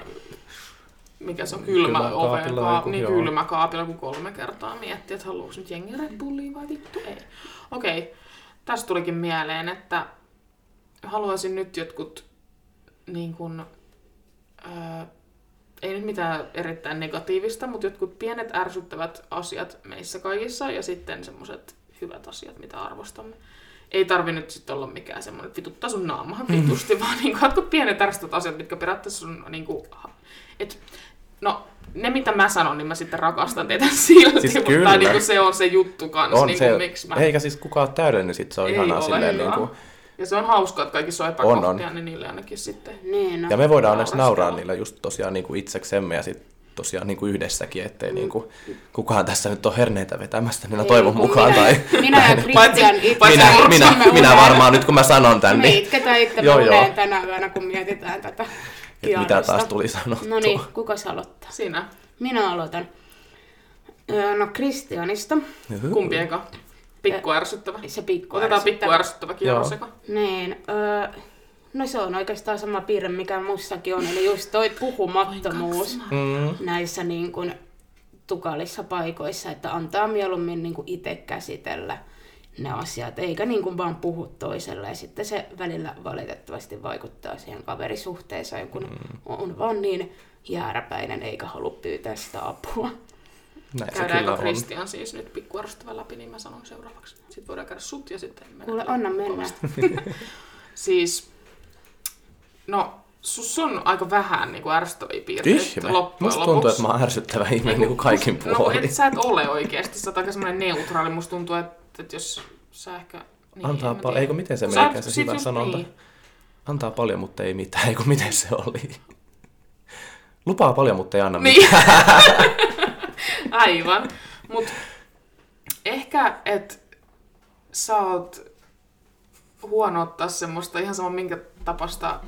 mikä se on, kylmä
Kylmä
oven,
kaapilla
kaap,
joku,
niin
joo.
kylmä kaapilla, kun kolme kertaa miettii, että haluuks nyt jengi Red Bullia vai vittu ei. Okei, tästä tulikin mieleen, että haluaisin nyt jotkut niin kun, ää, ei nyt mitään erittäin negatiivista, mutta jotkut pienet ärsyttävät asiat meissä kaikissa ja sitten semmoiset hyvät asiat, mitä arvostamme. Ei tarvi nyt sitten olla mikään semmoinen, että vituttaa sun naamahan vitusti, vaan niin jotkut pienet ärsyttävät asiat, mitkä periaatteessa on niin kuin, et, no ne mitä mä sanon, niin mä sitten rakastan teitä silti,
Siis
mutta
kyllä.
niin kuin se on se juttu kans,
On
niin
se,
kuin, miksi mä...
eikä siis kukaan ole täydellinen, sit se on
Ei
ihanaa
ole
silleen
hyvä.
niinku,
Ja se on hauskaa, että kaikissa on epäkohtia, on, on. niin niille ainakin sitten.
Niin, no.
Ja me voidaan onneksi nauraa niillä just tosiaan niin kuin itseksemme ja sitten tosiaan niin kuin yhdessäkin, ettei mm. niin kuin, kukaan tässä nyt ole herneitä vetämästä, minä toivon mukaan.
Minä,
tai,
minä ja Kristian itse.
Minä, minä, minä, minä varmaan nyt kun mä sanon tän.
Me niin, itketään itse uneen tänä yönä, kun mietitään tätä kierrosta.
Mitä taas tuli sanottua?
No niin, kuka aloittaa?
Sinä.
Minä aloitan. No Kristianista.
Kumpi eka? Pikku ärsyttävä.
Se pikku
Otetaan pikku ärsyttävä kierros eka.
Niin, öö, no se on oikeastaan sama piirre, mikä mussakin on, eli just toi puhumattomuus mm. näissä niin kuin tukalissa paikoissa, että antaa mieluummin niin kuin itse käsitellä ne asiat, eikä niin kuin vaan puhu toiselle. Ja sitten se välillä valitettavasti vaikuttaa siihen kaverisuhteeseen, kun mm. on vaan niin jääräpäinen eikä halua pyytää sitä apua.
Näin
käydäänkö Kristian siis nyt pikku ärsyttävä läpi, niin mä sanon seuraavaksi. Sitten voidaan käydä sut ja sitten mennä.
Kuule, anna mennä.
Siis, no, sus on aika vähän niin kuin ärsyttäviä piirteitä.
Ihme. Musta tuntuu, että mä oon ärsyttävä ihminen niin kuin kaikin puolin.
No, et sä et ole oikeasti. Sä oot aika semmoinen neutraali. Musta tuntuu, että, että jos sä ehkä... Niin,
antaa paljon. Eikö miten se menikään se hyvä sanonta? Niin. Antaa paljon, mutta ei mitään. Eikö miten se oli? Lupaa paljon, mutta ei anna
niin.
mitään.
Aivan. Mut ehkä, että sä oot huono ottaa semmoista ihan sama minkä tapasta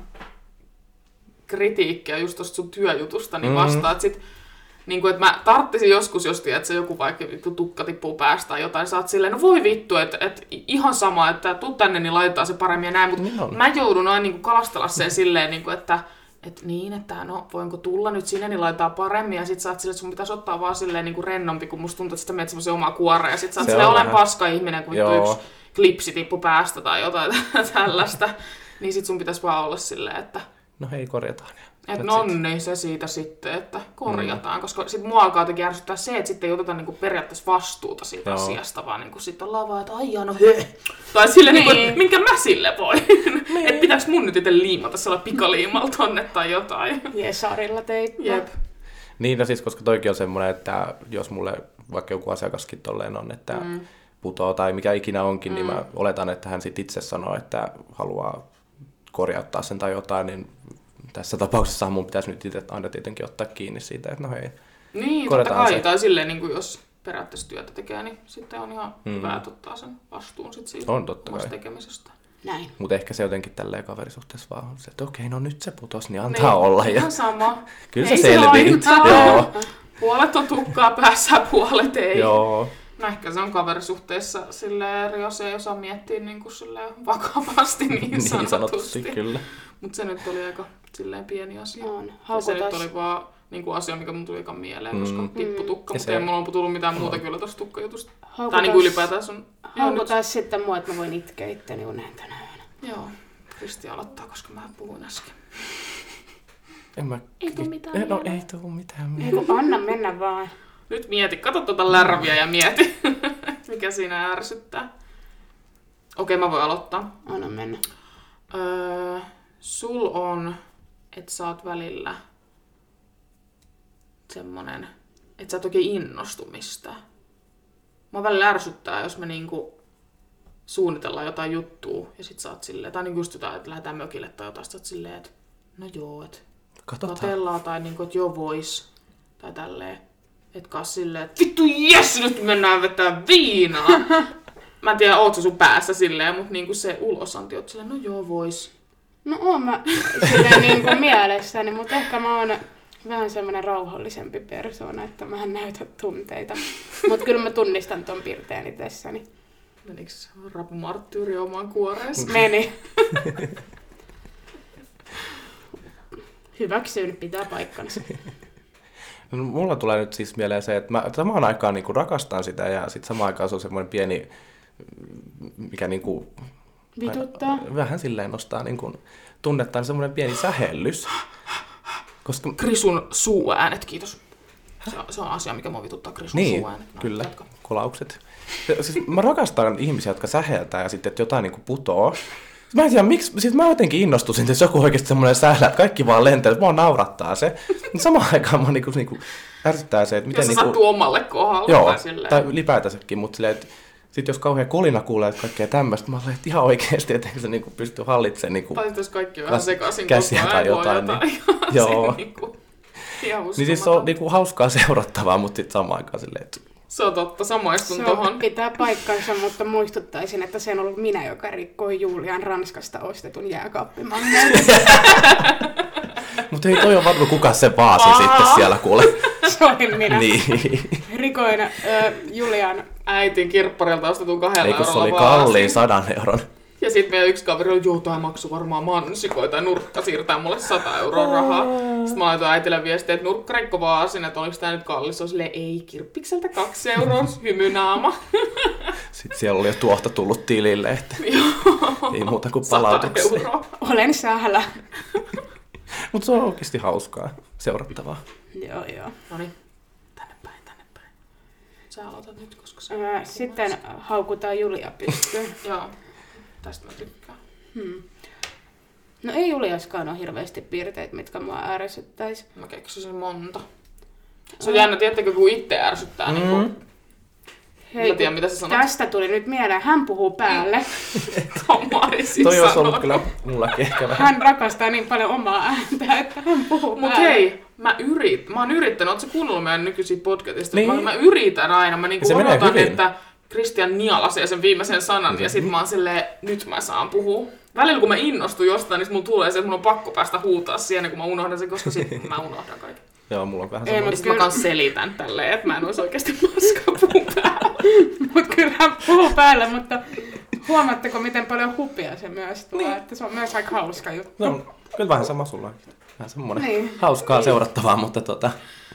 kritiikkiä just tosta sun työjutusta, niin vastaat sit, niin kuin, että mä tarttisin joskus, jos tiedät, että se joku vaikka tukka tippuu päästä tai jotain, sä oot silleen, no voi vittu, että, että ihan sama, että tuu tänne, niin laitetaan se paremmin ja näin, mutta niin mä joudun aina niin kuin kalastella sen silleen, niin kuin, että et niin, että no voinko tulla nyt sinne, niin laitetaan paremmin ja sit sä oot silleen, että sun pitäisi ottaa vaan silleen niin kuin rennompi, kun musta tuntuu, että sitä menet semmoisen omaa kuoreen ja sit sä oot silleen, olen paska ihminen, kun yksi klipsi tippu päästä tai jotain tällaista, niin sit sun pitäisi vaan olla silleen, että
no hei, korjataan.
Että no niin, se siitä sitten, että korjataan, mm. koska sit mua alkaa jotenkin ärsyttää se, että sitten ei oteta niinku periaatteessa vastuuta siitä Joo. asiasta, vaan niinku sitten ollaan vaan, että aijaa, no he. Tai silleen, niin. niinku, minkä mä sille voin. Niin. Että pitääkö mun nyt itse liimata sellainen pikaliimalla tonne tai jotain.
Jesarilla teippa.
Jep.
Niin, no siis, koska toikin on semmoinen, että jos mulle vaikka joku asiakaskin tolleen on, että mm. putoo tai mikä ikinä onkin, mm. niin mä oletan, että hän sit itse sanoo, että haluaa korjauttaa sen tai jotain, niin tässä tapauksessa mun pitäisi nyt itse aina tietenkin ottaa kiinni siitä, että no hei,
niin, totta kai, se. Tai silleen, niin kuin jos periaatteessa työtä tekee, niin sitten on ihan mm. hyvä, että ottaa sen vastuun sit siitä
on totta
omasta tekemisestä.
Näin.
Mutta ehkä se jotenkin tälleen kaverisuhteessa vaan on se, että okei, no nyt se putos, niin antaa niin, olla. Ja
ihan sama.
Kyllä se selvii. Joo.
Puolet on tukkaa päässä, puolet ei.
Joo.
No ehkä se on kaverisuhteessa silleen eri asia, jos on miettiä niin kuin silleen vakavasti niin, niin sanotusti.
sanotusti kyllä.
Mutta se nyt oli aika silleen pieni asia.
On.
Ja se nyt oli vaan niin kuin asia, mikä mun tuli ekan mieleen, mm. koska tipputukka, mutta ei mulla on tullut mitään muuta kyllä tosta tukkajutusta. Tai niin kuin ylipäätään sun...
Haukutais sitten mua, että mä voin itkeä itteni uneen tänä yönä.
Joo. Kristi aloittaa, koska mä puhuin äsken.
En mä...
Ei tuu mitään
No ei tuu mitään
Ei kun anna mennä vaan.
Nyt mieti, kato tuota lärviä ja mieti, mikä siinä ärsyttää. Okei, mä voin aloittaa.
Anna mennä.
Öö, sul on, että sä oot välillä semmonen, että sä et oikein innostu mistään. Mä välillä ärsyttää, jos me niinku suunnitellaan jotain juttua ja sit sä oot silleen, tai niinku just jotain, että lähdetään mökille tai jotain, sit sä oot silleen, että no joo, että katellaan tai niinku, että joo vois, tai tälleen. Et kaa silleen, että vittu jes, nyt mennään vetää viinaa. Mä en tiedä, oot sä sun päässä silleen, mutta niinku se ulosanti oot silleen, no joo vois.
No oon mä silleen niinku mielessäni, mutta ehkä mä oon vähän semmonen rauhallisempi persoona, että mä en näytä tunteita. Mut kyllä mä tunnistan ton piirteen itsessäni.
Meniks Rapu Marttyyri omaan kuoreessa?
Meni. Hyväksyn, pitää paikkansa.
No, mulla tulee nyt siis mieleen se, että mä samaan aikaan niin kuin rakastan sitä ja sitten samaan aikaan se on semmoinen pieni, mikä niin kuin,
vituttaa.
Vähän silleen nostaa niin kuin, tunnettaan semmoinen pieni sähellys. Koska...
Krisun suuäänet, kiitos. Se on, se on asia, mikä mua vituttaa, Krisun
niin,
suuäänet. No,
kyllä, jatka. Kolaukset. Siis mä rakastan ihmisiä, jotka säheltää ja sitten, että jotain niin kuin putoo. Mä en tiedä, miksi, siis mä jotenkin innostusin, jos joku oikeasti semmoinen sählä, että kaikki vaan lentää, että mua naurattaa se. Samaan aikaan mä niinku, niinku ärsyttää se, että miten...
Jos se
niinku,
sattuu omalle kohdalle.
Joo,
tai, silleen.
tai ylipäätänsäkin, mutta silleen, että Sitten jos kauhean kolina kuulee, että kaikkea tämmöistä, mä olen, että ihan oikeasti, että se niinku pystyy hallitsemaan niinku
tai jos kaikki on vähän sekaisin
käsiä tai jotain.
jotain
Niin,
niin,
joo.
Niinku, ihan
niin siis se on niinku hauskaa seurattavaa, mutta sitten samaan aikaan silleen, että...
Se on totta, samaistun
se
tohon.
pitää paikkansa, mutta muistuttaisin, että se on ollut minä, joka rikkoi Julian Ranskasta ostetun jääkaappimangeen.
Mutta ei toi ole varmaan kuka se vaasi Aa. sitten siellä kuule.
Se olin minä.
Niin.
Rikoin äh, Julian
äitin kirpparilta ostetun kahdella
Eikö
eurolla
se oli
vaasi.
kalliin sadan euron?
Ja sitten meidän yksi kaveri oli, joo, tää maksoi varmaan mansikoita tai nurkka siirtää mulle sata euroa rahaa. Sitten mä laitoin äitille viestiä, että nurkka rikko vaasin, että oliko tää nyt kallis. Se oli silleen, ei, kirppikseltä kaksi euroa, hymynaama.
Sitten siellä oli jo tuohta tullut tilille, että ei muuta kuin palautuksia.
Olen säällä.
Mutta se on oikeasti hauskaa, seurattavaa.
Joo, joo.
Noniin, tänne päin, tänne päin. Sä aloitat nyt, koska sä...
Ää, sitten haukutaan Julia pystyyn.
Joo, tästä mä tykkään.
Hmm. No ei Juliaskaan ole hirveästi piirteitä, mitkä mua ärsyttäisi.
Mä keksisin monta. Se on jännä, tiedättekö, kun itse ärsyttää. Mm. Niin kun...
Hei,
mä tiedän, mitä sä sanot.
Tästä tuli nyt mieleen, hän puhuu päälle.
Toi olisi ollut kyllä mullakin ehkä vähän.
Hän rakastaa niin paljon omaa ääntä, että hän puhuu
Mut
päälle.
hei, mä, yrit, mä oon yrittänyt, ootko sä kuunnellut meidän nykyisiä podcastista?
Niin.
Mä, mä yritän aina, mä niinku odotan,
hyvin.
että Kristian nialasee sen viimeisen sanan ja sit mä oon silleen, nyt mä saan puhua. Välillä kun mä innostun jostain, niin mulla tulee se, että mun on pakko päästä huutaa siihen, kun mä unohdan sen, koska sit mä unohdan kaiken.
Joo, mulla on vähän
Ei,
sama.
mut
Sitten mä kans selitän tälleen, että mä en ois oikeesti paskaa puhua päällä.
Mut kyllä hän puhuu päälle, mutta huomaatteko, miten paljon hupia se myös tuo,
Niin.
että se on myös aika hauska juttu.
No, kyllä vähän sama sullakin. Vähän semmoinen
Niin.
hauskaa seurattavaa, mutta tota...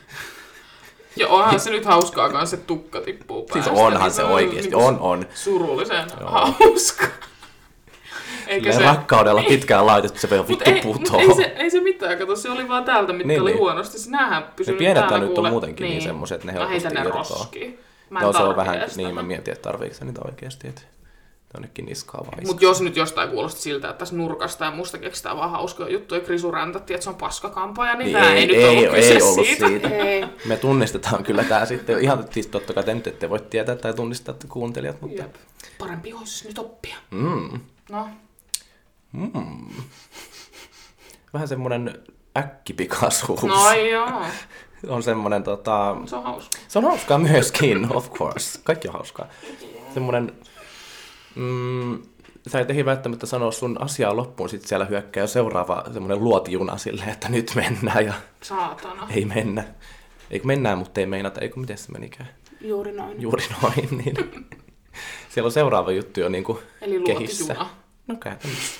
Joo, onhan se nyt hauskaa kans, että tukka tippuu päästä.
Siis onhan
niin
se oikeesti,
niinku
on, on.
Surullisen
Joo.
hauska. Eikä
Se... rakkaudella pitkään laitettu, se voi
Mut
vittu
ei, mut
putoo.
ei, se, ei se mitään, kato, se oli vaan täältä, mitkä
Niin,
oli
niin.
huonosti. Siis näähän
Ne
pysynyt
pienet
täällä
nyt on
kuule.
muutenkin niin semmoset, että ne
Mä
helposti
heitän ne
irtoaa.
roskiin. Mä en
No se on
tarvitse
vähän,
edes
niin
tätä.
mä mietin, että tarviiko se niitä oikeesti, että jonnekin niskaa vai
Mut jos nyt jostain kuulosti siltä, että tässä nurkasta ja musta keksitään vaan hauskoja juttuja, Krisu räntätti, että se on paskakampaaja, niin, niin tää ei, ei nyt
ei,
ollut kyse
ei ollut
siitä.
siitä.
Ei.
Me tunnistetaan kyllä tää sitten. Ihan siis totta kai te nyt ette voi tietää tai tunnistaa että kuuntelijat, mutta...
Jep. Parempi olisi nyt oppia.
Mm.
No.
Mm. Vähän semmonen äkkipikaisuus.
No joo.
On semmonen tota...
Se on hauska.
Se on hauskaa myöskin, of course. Kaikki on hauskaa. Semmonen... Mm, sä et ehdi välttämättä sanoa sun asiaa loppuun, sit siellä hyökkää jo seuraava semmonen luotijuna silleen, että nyt mennään ja...
Saatana.
Ei mennä. Eikö mennään, mutta ei meinata. Eikö miten se menikään?
Juuri noin.
Juuri noin, niin... Siellä on seuraava juttu jo niinku
Eli
kehissä.
luotijuna.
No käytännössä.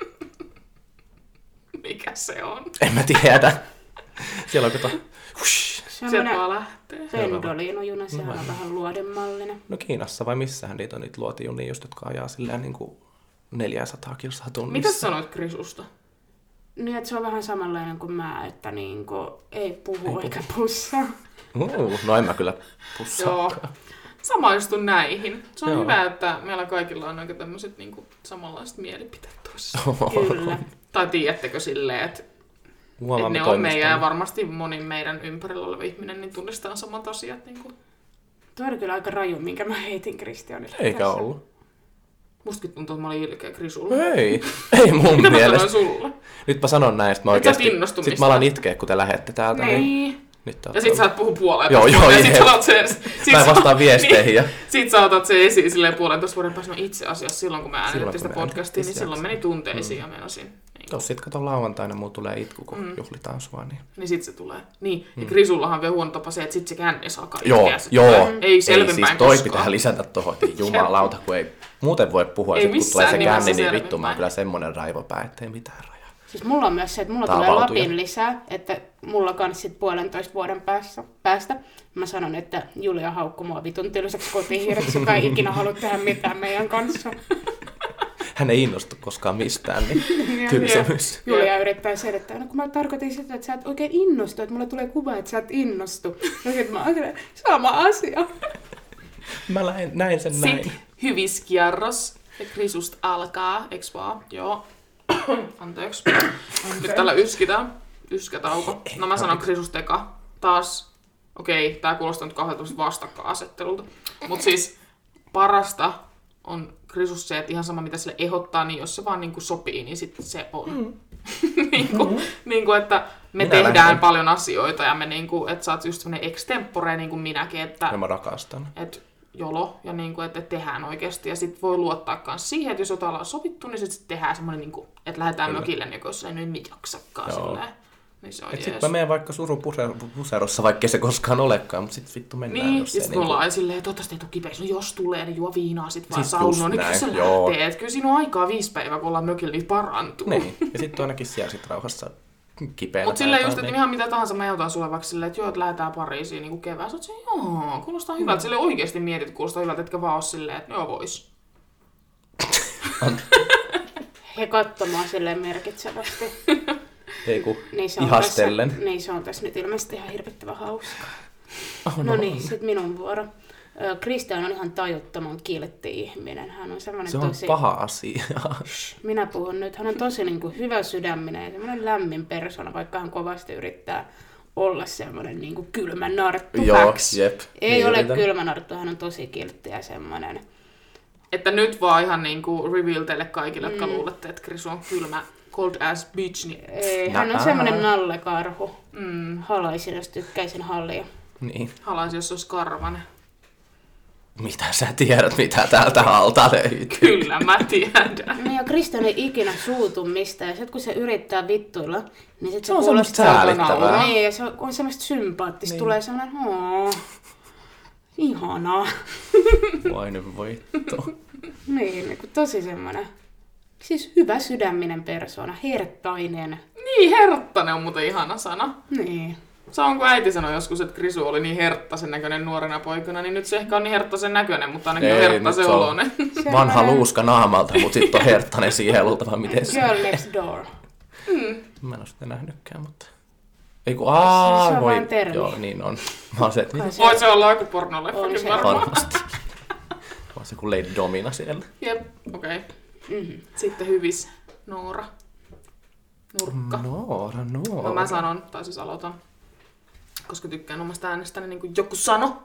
Mikä se on?
En mä tiedä. Siellä on kato... Hush.
Sieltä vaan lähtee.
Pendolino-juna, sehän on vähän luodemallinen.
No Kiinassa vai missähän niitä on niitä luotijunia, just jotka ajaa silleen niinku neljäsataa kilsaa tunnissa.
Mitä sanoit Krisusta?
Niin, että se on vähän samanlainen kuin mä, että niinku ei puhu ei eikä pussaa.
Uh, no en mä kyllä pussaa.
Joo. Samaistun näihin. Se on
Joo.
hyvä, että meillä kaikilla on aika tämmöiset niinku samanlaiset mielipiteet toisissa.
Kyllä.
Tai tiedättekö silleen, että et ne on meidän ja varmasti moni meidän ympärillä oleva ihminen niin tunnistaa samat asiat. Niin kuin.
Tuo oli kyllä aika raju, minkä mä heitin Kristianille.
Eikä
tässä.
ollut.
Mustakin tuntuu, että mä olin ilkeä Krisulle.
Ei, ei mun
Mitä mä
mielestä.
sanoin sulle?
Nyt mä sanon näin, että mä
Et sä
oikeesti...
innostu
Sit mä alan
mistään.
itkeä, kun te lähette täältä.
Niin.
Nyt
Ja sit sä et puhu puoleen.
Joo, joo,
ja sit
jep.
sä otat sen, sit
Mä en
sä-
vastaa viesteihin. Ja...
Niin. Sit sä otat sen esiin silleen puolentoista vuoden päästä. No itse asiassa silloin, kun me äänitettiin
kun
sitä
me
podcastia,
äänitettiin
niin
sitä.
silloin meni tunteisiin ja menosin. Niin.
Tos sit kato lauantaina, mulla tulee itku, kun mm. juhlitaan sua. Niin...
Niin sit se tulee. Niin. Ja Krisullahan on vielä huono tapa se, että sit se kännis alkaa
Joo,
itkeä. Se
joo.
tulee. Ei selvinpäin
siis toi
koskaan.
pitää lisätä tohon, että jumalauta, kun ei muuten voi puhua.
Ei
Ja sit, kun tulee se
missään
känni,
nimessä
niin vittu, mä oon
selvinpäin.
kyllä semmonen raivopää, ettei mitään rajaa.
Siis mulla on myös se, että mulla
Tää on
tulee
valtuja.
Lapin lisää, että mulla kans sit puolentoista vuoden päästä, päästä. Mä sanon, että Julia haukkui mua vitun tylsäksi kotihiireksi, joka ei ikinä halua tehdä mitään meidän kanssa.
Hän ei innostu koskaan mistään, niin
Ja
tylsemys.
Julia yrittää selittää, no kun mä tarkoitin sitä, että sä et oikein innostu, että mulla tulee kuva, että sä et innostu. Ja sit mä oon silleen, sama asia.
Mä näin, näin sen näin.
Sitten hyviskierros. Ja Krisusta alkaa, eiks vaan? Joo. Anteeksi. Nyt täällä yskitään. Yskätauko. No mä sanon Krisusta eka. Taas. Okei, tää kuulostaa nyt kauhean vastakkainasettelulta. Mut siis parasta on Krisus se, että ihan sama mitä sille ehdottaa, niin jos se vaan niinku sopii, niin sitten se on. Mm. niinku, mm-hmm. niinku, että me minä tehdään lähden. paljon asioita ja me niinku, että sä oot just semmonen extempore niin kuin minäkin, että
ja mä rakastan.
Et jolo ja niinku, että tehdään oikeasti ja sit voi luottaa myös siihen, että jos jotain ollaan sovittu, niin sit tehdään semmonen niinku, että lähdetään Kyllä. mökille, niin jos ei nyt jaksakaan silleen. Niin se on
et sit mä menen vaikka surupuserossa, vaikka se koskaan olekaan, mutta sit vittu mennään.
Niin,
jos
ja sit me
niinku...
ollaan silleen, että toivottavasti ei tule kipeäksi. No jos tulee, niin juo viinaa sit vaan saunoon, niin kyllä se lähtee. Et kyllä siinä on aikaa viisi päivää, kun ollaan mökillä, niin parantuu.
Niin, ja sit ainakin siellä sit rauhassa kipeänä.
Mut silleen just, että niin... ihan mitä tahansa mä joutan sulle vaikka silleen, että joo, että lähdetään Pariisiin niin kevään. Sä oot silleen, joo, kuulostaa hyvältä. Mm. Silleen oikeesti mietit, kuulostaa hyvältä, etkä vaan oo silleen, että joo vois.
He katsomaan silleen merkitsevästi.
Ei kun niin ihastellen.
Tässä, niin se on tässä nyt ilmeisesti ihan hirvittävän hauskaa.
Oh, no,
no niin, sit minun vuoro. Kristian on ihan tajuttoman kiltti ihminen. Hän on semmoinen
se on
tosi...
paha asia.
Minä puhun nyt. Hän on tosi niin kuin hyvä sydäminen ja semmoinen lämmin persona, vaikka hän kovasti yrittää olla semmoinen niin kuin kylmä narttu.
Joo, jep.
Ei niin ole yritän. kylmä narttu, hän on tosi kiltti ja semmoinen.
Että nyt vaan ihan niin kuin reveal teille kaikille, jotka mm. luulette, että Krisu on kylmä cold ass bitch. Niin...
Ei, hän on semmoinen nallekarhu. Mm. Halaisin, jos tykkäisin hallia.
Niin.
Halaisin, jos olisi karvanen.
Mitä sä tiedät, mitä täältä alta löytyy?
Kyllä, mä tiedän.
No ja Kristian ei ikinä suutu mistään. Ja sit kun se yrittää vittuilla, niin sit se,
se on semmoista säälittävää.
Niin, ja se on semmoista sympaattista. Niin. Tulee semmoinen, hoo, ihanaa.
Voi nyt voitto.
Niin, niin tosi semmoinen. Siis hyvä sydäminen persoona, herttainen.
Niin, herttainen on muuten ihana sana.
Niin.
Se on, kun äiti sanoi joskus, että Krisu oli niin herttaisen näköinen nuorena poikana, niin nyt se ehkä on niin herttaisen näköinen, mutta ainakin ei, on herttaisen oloinen.
Vanha luuska naamalta, mutta sitten on herttainen siihen luultava, miten se
Girl next door.
Mm.
Mä en ole sitä nähnytkään, mutta... Ei kun aaa,
se on
voi...
vaan termi.
Joo, niin on. Mä se, että...
Se... Voi se olla joku pornoleffakin varmaan.
Varmasti. On se kuin Lady Domina siellä.
Jep, okei. Okay.
Mm-hmm.
Sitten hyvis Noora. Nurkka.
Noora, Noora.
No mä sanon, tai siis aloitan. Koska tykkään omasta äänestäni, niin kuin joku sano.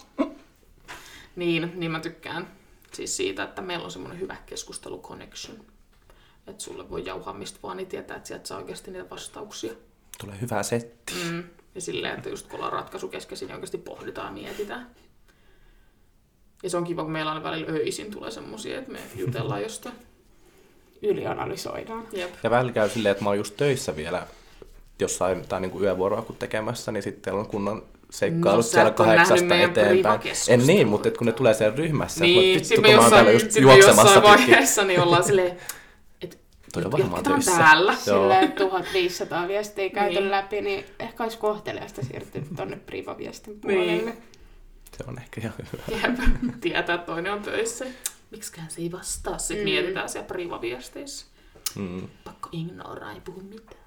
Niin, niin mä tykkään siis siitä, että meillä on semmoinen hyvä keskustelu connection. Että sulle voi jauhaa mistä vaan, niin tietää, että sieltä saa oikeasti niitä vastauksia.
Tulee hyvä setti.
Mm. Ja silleen, että just kun ollaan ratkaisukeskeisiä, niin oikeasti pohditaan ja mietitään. Ja se on kiva, kun meillä on välillä öisin tulee semmosia, että me jutellaan jostain.
Ylianalysoidaan.
Jep.
Ja välillä käy silleen, että mä oon just töissä vielä jossain tai niin kuin yövuoroa kun tekemässä, niin sitten on kunnon seikkailut no, siellä kahdeksasta eteenpäin. En niin, mutta kun ne tulee siellä ryhmässä,
niin,
että vittu, kun mä oon täällä just juoksemassa
jossain vaiheessa, niin ollaan silleen, että
toi on varmaan töissä.
Täällä.
Silleen tuhatviisisataa viestiä käyty
niin.
läpi, niin ehkä olisi kohteliasta siirtyä tonne privaviestin puolelle.
Niin. Se on ehkä ihan hyvä.
Jep, tietää, että toinen on töissä. Miksikään se ei vastaa, sitten mm. mietitään siellä privaviesteissä.
Mm.
Pakko ignoraa, ei puhu mitään.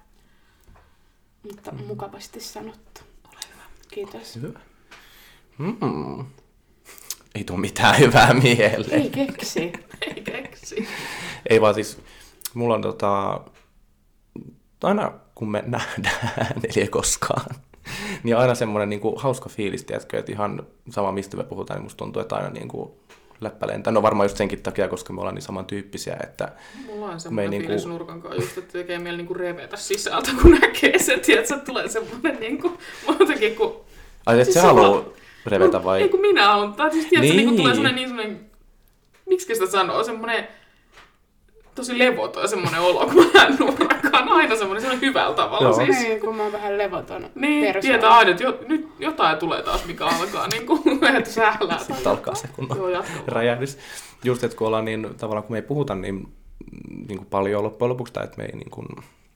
Mutta mm. mukavasti sanottu.
Ole hyvä.
Kiitos.
Hyvä. Mm. Ei tule mitään hyvää mieleen.
Ei keksi.
Ei keksi.
Ei vaan siis, mulla on tota, aina kun me nähdään, eli koskaan, niin aina semmoinen niin kuin hauska fiilis, tiedätkö, että ihan sama mistä me puhutaan, niin musta tuntuu, että aina niin kuin läppä lentää. No varmaan just senkin takia, koska me ollaan niin samantyyppisiä, että...
Mulla on semmoinen fiilis niinku... nurkan kanssa just, että tekee mieli niinku revetä sisältä, kun näkee sen, tiedätkö, että tulee semmoinen niinku... Muutenkin kuin...
Ai, että siis se haluaa revetä vai?
Ei kun minä haluan. Tai siis tiedätkö,
niin.
niinku tulee semmoinen niin semmoinen... Miksi sitä sanoo? Semmoinen... Tosi levoton semmoinen olo, kun mä näen nurkan. Aina semmoinen, semmoinen hyvällä tavalla
Joo.
siis.
Niin, kun mä oon vähän levoton
niin, persoona. Tietää aina, että jo, nyt jotain tulee taas, mikä alkaa niin kuin, että sählää.
Sitten alkaa se kunnon räjähdys. Just, että kun ollaan niin, tavallaan kun me ei puhuta niin, niin kuin paljon loppujen lopuksi, tai että me ei niin kuin,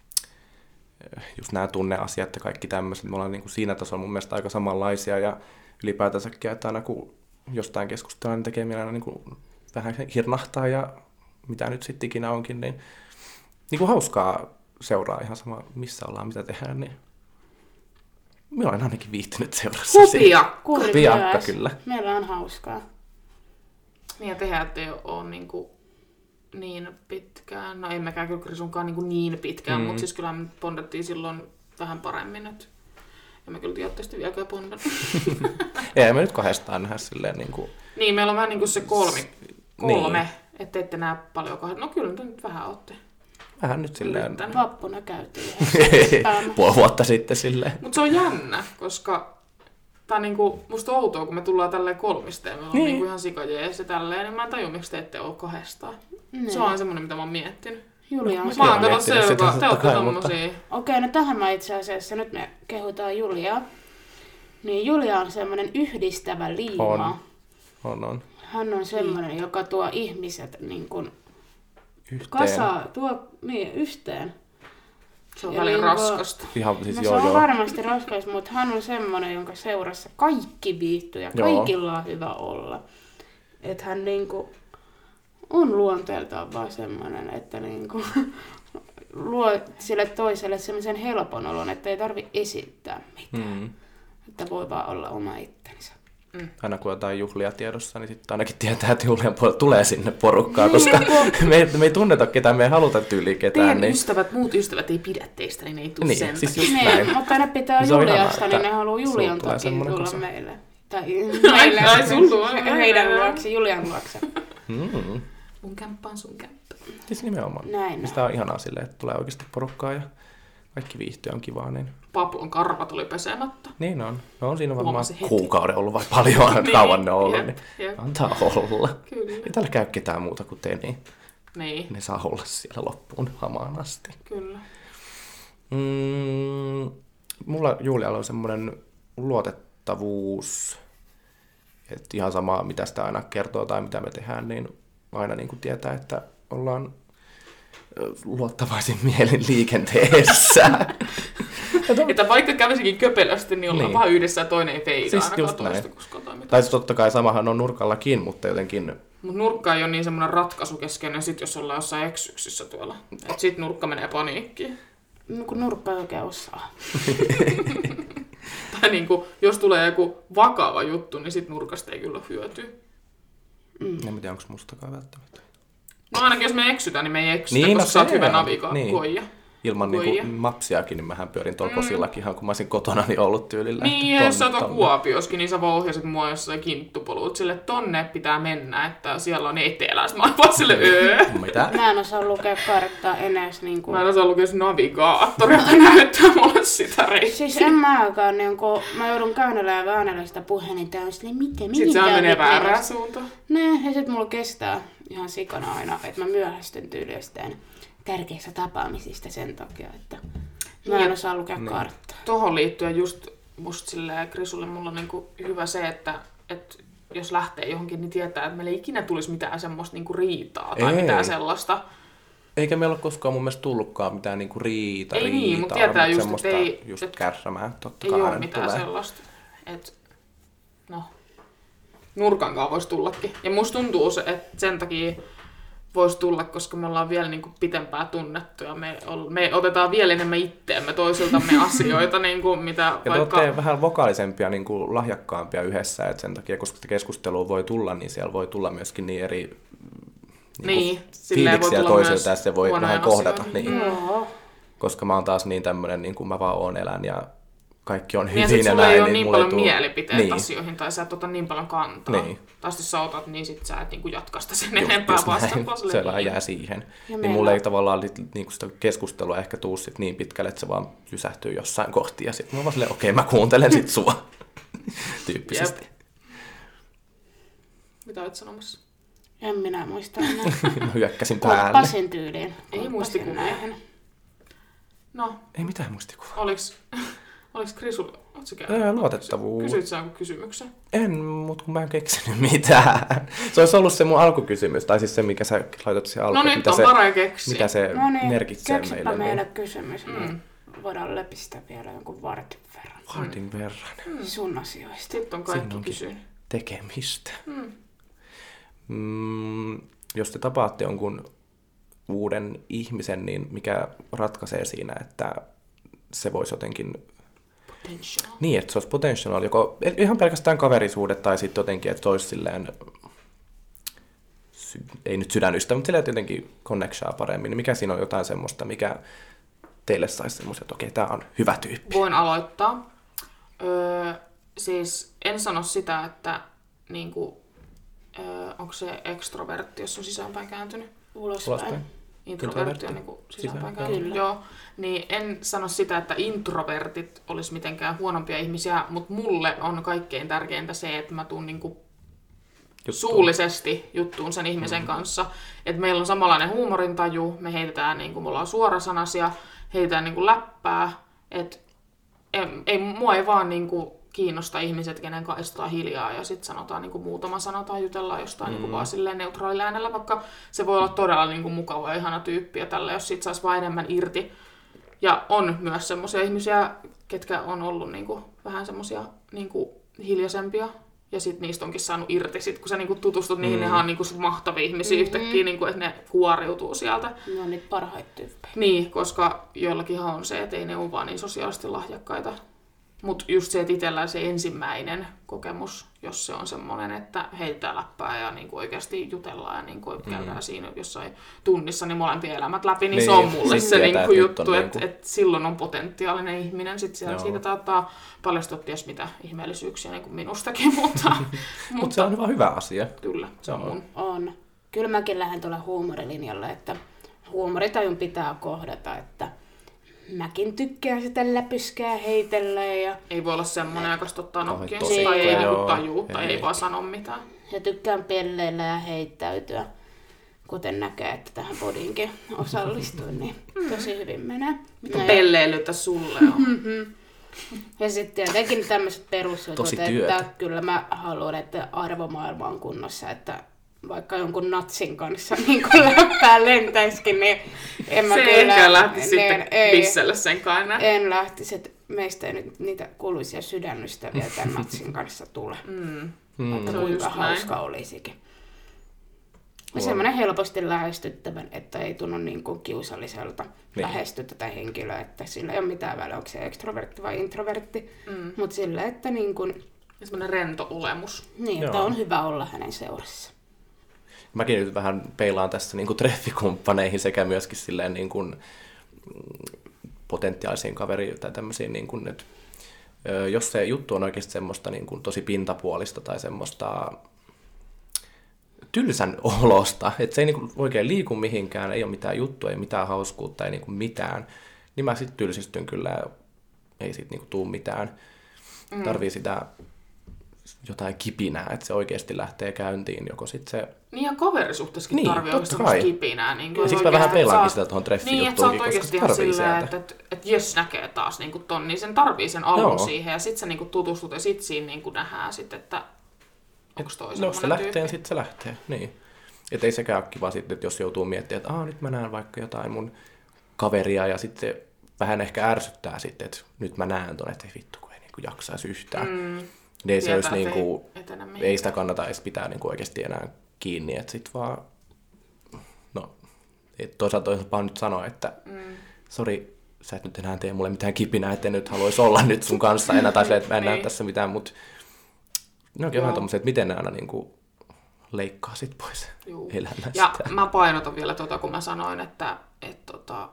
just nämä tunneasiat ja kaikki tämmöiset, me ollaan niin kuin siinä tasolla mun mielestä aika samanlaisia, ja ylipäätänsäkin, että aina kun jostain keskustellaan, niin tekee mielellä niin kuin vähän hirnahtaa, ja mitä nyt sitten ikinä onkin, niin, niin kuin hauskaa seuraa ihan sama, missä ollaan, mitä tehdään, niin minä olen ainakin viihtynyt seurassa.
Hupiakku.
Hupiakka, kyllä.
Meillä on hauskaa.
Niin ja tehdään, ettei ole niin, kuin niin pitkään, no emmekään kyllä Krisunkaan niin, niin pitkään, mm. mutta siis kyllä me bondattiin silloin vähän paremmin, että emme kyllä tietysti vieläkään bondannut.
Ei me nyt kahdestaan nähdä silleen niin kuin...
Niin, meillä on vähän niin kuin se kolmi. Kolme.
Niin.
Että ette näe paljon kahden. No kyllä nyt vähän ootte.
Vähän nyt silleen...
Yrittänyt.
Vappuna käytiin.
Puoli vuotta sitten silleen.
Mutta se on jännä, koska tää on niinku, musta outoa, kun me tullaan tälleen kolmisteen. Meillä on
Niin.
niinku ihan sikajees ja tälleen, niin mä en tajua, miksi te ette ole kahdestaan.
Niin.
Se on semmonen, mitä mä oon miettinyt.
Julia on
Mäkin
Mä
oon
oon kato se,
miettinyt sitä
joka, te
totta
ootte
kai, mutta-
tommosia.
Okei, no tähän mä itse asiassa, nyt me kehutaan Juliaa. Niin Julia on semmoinen yhdistävä liima.
On. On, on.
Hän on semmoinen, joka tuo ihmiset niin kuin
Yhteen.
kasaa, tuo niin, yhteen.
Se on
Ja
välillä
niinku-
raskasta.
Ihan siis
No,
joo
se on
joo.
varmasti raskas, mutta hän on semmoinen, jonka seurassa kaikki viihtyy ja
Joo.
kaikilla on hyvä olla. Että hän niinku on luonteeltaan vaan semmoinen, että niinku luo sille toiselle semmoisen helpon olon, että ei tarvi esittää mitään.
Mm.
Että voi vaan olla oma itsensä.
Aina kun on jotain juhlia tiedossa, niin sitten ainakin tietää, että juhlien puolella tulee sinne porukkaa, koska me ei, me ei tunneta ketään, me ei haluta tyyliin ketään.
Teidän
Niin...
ystävät, muut ystävät ei pidä teistä, niin ne ei tule
Niin,
sen
siis
takia.
just näin.
Niin, mutta ne pitää
Se on ihanaa,
Juliasta,
että
niin ne haluaa
sulla
Julian
tulee
takia
semmoinen
tulla
kosa.
meille. Tai
Ai,
meille,
ai, sun luo.
heidän luokse, Julian luokse.
Mm.
Mun kämppä on sun kämppä.
Siis nimenomaan.
Näin
Ja sitä on ihanaa silleen, että tulee oikeasti porukkaa ja kaikki viihtyy on kivaa. Niin,
Pablon karvat oli pesemättä.
niin on. No on siinä varmaan
Huomasin heti.
kuukauden ollut vai paljon
Niin,
kauan ne on ollut.
jep,
Niin
jep.
antaa olla.
Kyllä.
Ei täällä käy ketään muuta kuin te, niin
Niin,
ne saa olla siellä loppuun hamaan asti.
kyllä.
Mm, mulla Julialla on semmoinen luotettavuus, että ihan sama mitä sitä aina kertoo tai mitä me tehdään, niin aina niin kuin tietää, että ollaan ö, luottavaisin mielin liikenteessä.
Että vaikka kävisikin köpelösti, niin ollaan
Niin.
vaan yhdessä ja toinen ei peitä
Siis
ainakaan
just näin.
toista, koska tai mitään.
Tai siis totta kai samahan on nurkallakin, mutta jotenkin
Mutta nurkka ei ole niin semmoinen ratkaisukeskeinen sit, jos ollaan jossain eksyksissä tuolla. Et sit nurkka menee paniikkiin.
No, kun nurkka ei oikein osaa.
Tai niinku, jos tulee joku vakava juttu, niin sit nurkasta ei kyllä hyötyä.
en tiedä, onko mustakaan välttämättä.
No ainakin jos me eksytään, niin me ei eksytä,
Niin, no
koska sä oot
se
hyvä
on.
navigoija.
Niin. Ilman
Voi
niinku
ja.
mapsiakin, niin mähän pyörin tuolla kosillakin ihan kun mä olisin kotona niin ollut tyylillä.
Niin,
että
ja jos sä
tonne,
oot
tonne.
Kuopioskin, niin sä vaan ohjasit mua jossain kinttupoluut sille, tonne pitää mennä, että siellä on etelä. Sitten mä oon vaan sille, öö.
Mitä?
Mä en osaa lukea karttaa enää niin kuin...
Mä en osaa lukea navigaattoria, että näyttää mulle sitä reittiä.
Siis en mäkään, niin kun mä joudun käännellä ja väännellä sitä puhelinta, ja silleen, miten, mihin
Sitten se
tää
menee
nyt
väärään
menossa?
suuntaan.
Ne, ja sit mulla kestää ihan sikana aina, että mä myöhästyn tyyliin tärkeissä tapaamisista sen takia, että mä en
Niin.
osaa lukea
Niin.
karttaa.
Tuohon liittyen just musta silleen Krisulle mulla on niinku hyvä se, että, että jos lähtee johonkin, niin tietää, että meillä ei ikinä tulisi mitään semmoista niinku riitaa tai
Ei.
mitään sellaista.
Eikä meillä ole koskaan mun mielestä tullutkaan mitään niinku riita,
Ei niin,
riitaa,
mut tietää just,
semmoista
että ei-
just
et-
kärsämää, totta
Ei
kai
ole
aina
mitään
tulee.
sellaista. Et, no, nurkankaan voisi tullakin. Ja musta tuntuu se, että sen takia voisi tulla, koska me ollaan vielä niinku pitempään tunnettuja. Me, ol, me otetaan vielä enemmän itteemme toisiltamme asioita, niinku, mitä
Ja te
vaikka...
olette vähän vokaalisempia, niin kuin lahjakkaampia yhdessä, että sen takia, koska sitä keskustelua voi tulla, niin siellä voi tulla myöskin niin eri
Niin, silleen voi
fiiliksiä
tulla
toisilta,
myös
ja se voi
huonoja
vähän kohdata.
asioita.
Niin.
Joo.
Koska mä oon taas niin tämmönen, niin kuin mä vaan oon elän, ja kaikki on
Niin, ja
hyvin
sit
ja
sulla
näin,
ei ole
niin
niin
mulla ei
paljon
tuu-
mielipiteitä
niin.
asioihin, tai sä et ota niin paljon kantaa.
Niin.
Tai sitten sä otat, niin sit sä et niinku jatka sitä sen
Just-
enempää
just
vastaan.
näin.
vaan silleen,
Se vähän
niin.
jää siihen.
Ja
Niin
meillä-
mulla ei tavallaan li- niinku sitä keskustelua ehkä tuu sit niin pitkälle, että se vaan pysähtyy jossain kohti. Ja sit mä vaan silleen, okei, mä kuuntelen sit sua. Tyyppisesti.
Jep. Mitä olet sanomassa?
En minä muista enää.
Mä hyökkäsin
Kuule
päälle.
Pasin tyyliin.
Ei
Kuule
muistikuvia.
Pasin näihin.
No,
Ei mitään muistikuvaa.
oliks, oliks Krisu... Oot sä
Öö,
käynyt?
luotettavuus.
Kysyit sä jonkun kysymyksen?
En, mut kun mä en keksinyt mitään. Se olisi ollut se mun alkukysymys, tai siis se, mikä sä laitat siihen
No
alkuun.
nyt
mitä
on
se,
vara keksiä.
mitä se
No niin,
merkitsee
keksipä
meille.
meille
Niin.
kysymys,
Mm.
niin voidaan lepistää vielä jonkun vartin verran.
Vartin verran.
Sun asioista.
Sitten on
Siinä
kaikki
onkin.
kysynyt.
Tekemistä.
Mm.
Mm, jos te tapaatte jonkun uuden ihmisen, niin mikä ratkaisee siinä, että se voisi jotenkin...
Potential.
Niin, että se olisi potential, joko ihan pelkästään kaverisuudet tai sitten jotenkin, että se olisi silleen... Sy- ei nyt sydänystä, mutta silleen, että jotenkin connectaa paremmin. Niin mikä siinä on jotain semmoista, mikä teille saisi semmoista, että okei, tämä on hyvä tyyppi.
Voin aloittaa. Öö, siis en sano sitä, että, niinku, Öö, onko se ekstrovertti, jos on sisäänpäin kääntynyt?
Ulospäin.
Introvertti on niin sisäänpäin kääntynyt. Joo. Niin en sano sitä, että introvertit olisi mitenkään huonompia ihmisiä, mutta mulle on kaikkein tärkeintä se, että mä tuun niin suullisesti juttuun sen ihmisen mm-hmm. kanssa. Että meillä on samanlainen huumorintaju, me heitetään, niin kuin, me ollaan suorasanaisia, heitetään niin kuin läppää. Että ei, ei, mua ei vaan niin kuin kiinnosta ihmiset, kenen kanssa istutaan hiljaa ja sitten sanotaan niin kuin muutama sana tai jutellaan jostain mm. niin kuin vaan silleen neutraalilla äänellä, vaikka se voi olla todella niin kuin mukava ja ihana tyyppi ja tällä, jos siitä saisi vaan enemmän irti. Ja on myös semmoisia ihmisiä, ketkä on ollut niin kuin vähän semmoisia niin kuin hiljaisempia ja sitten niistä onkin saanut irti. Sitten kun sä niin kuin tutustut niihin, mm. nehän on niin kuin mahtavia ihmisiä mm-hmm. yhtäkkiä, niin kuin, että ne kuoriutuu sieltä.
Ne on niitä parhaita tyyppejä.
Niin, koska joillakinhan on se, että ei ne ole vaan niin sosiaalisesti lahjakkaita. Mutta just se, että itsellään se ensimmäinen kokemus, jos se on semmoinen, että heitetään läppää ja niinku oikeasti jutellaan ja niinku mm. käydään siinä jossain tunnissa niin molempien elämät läpi, niin, niin se on mulle se niinku juttu, että niinku... et silloin on potentiaalinen ihminen. Sitten siellä siitä taattaa paljastua ties mitä ihmeellisyyksiä niin kuin minustakin, mutta...
Mutta se on vaan hyvä asia.
Kyllä, se on mun.
On. Kyllä mäkin lähden tuolle huumorilinjalle, että huumoritajun pitää kohdata, että mäkin tykkään sitä läpyskää heitellä ja...
Ei voi olla semmoinen, joka ottaa nokkiinsa tai ei niinku tajuu tai ei, ei vaan sano mitään.
Ja tykkään pelleillä ja heittäytyä, kuten näkee, että tähän podiinkin osallistuin, niin tosi hyvin menee.
Mutta pelleilytä sulle on.
Ja sitten tietenkin tämmöiset perusjutut, että kyllä mä haluan, että arvomaailma on kunnossa, että vaikka jonkun natsin kanssa niin kun läppää lentäisikin, niin en mä
se
kyllä...
Se ehkä lähti sitten pisselle sen kanssa.
En lähtisi, että meistä ei nyt niitä kuuluisia sydänystäviä tämän natsin kanssa tule. Mm. Vaikka mm. kuinka hauska näin. Olisikin. Ja semmoinen helposti lähestyttävän, että ei tunnu niin kuin kiusalliselta niin. lähestyä tätä henkilöä, että sillä ei ole mitään väliä, onko se ekstrovertti vai introvertti. Mm. Mutta sillä, että niin kuin...
semmoinen rento olemus.
Niin, että on hyvä olla hänen seurassa.
Mäkin nyt vähän peilaan tässä niin kuin treffikumppaneihin sekä myöskin silleen niin kuin potentiaalisiin kaveriin tai tämmöisiin, niin kuin, että jos se juttu on oikeasti semmoista niin kuin tosi pintapuolista tai semmoista tylsän olosta, että se ei niin kuin oikein liiku mihinkään, ei ole mitään juttua, ei mitään hauskuutta, ei niin kuin mitään, niin mä sitten tylsistyn kyllä ja ei siitä niin kuin tule mitään. Mm. Tarvii sitä jotain kipinää, että se oikeasti lähtee käyntiin, joko sitten se...
Niin ja kaverisuhteessakin niin, tarvii oikeasti kipinää. Niin
ja siksi mä vähän peilaankin sitä tuohon treffijuttuunkin,
niin, koska se tarvii sieltä. Että et, et jos näkee taas niin ton, niin sen tarvii sen alun Joo. siihen, ja sitten sä niin tutustut, ja sitten siinä niin nähdään, sit, että onko toi
no, se lähtee, ja sitten se lähtee, niin. Että ei sekään ole kiva sitten, että jos joutuu miettimään, että Aa, nyt mä näen vaikka jotain mun kaveria, ja sitten se vähän ehkä ärsyttää sitten, että nyt mä näen ton, että ei vittu, kun ei niin jaksaisi yhtään. Mm. Ei, se olisi niinku, ei sitä kannata edes pitää niinku oikeasti enää kiinni, että sit vaan, no, toisaalta toisaalta nyt sanoa, että mm. sori, sä et nyt enää tee mulle mitään kipinää, että en nyt haluaisi olla nyt sun kanssa enää, tai silleen, että mä en näe tässä mitään, mutta ne onkin vähän tommosia, että miten ne aina niinku leikkaa sit pois Juu. elämästä.
Ja mä painotan vielä tota, kun mä sanoin, että et, tota,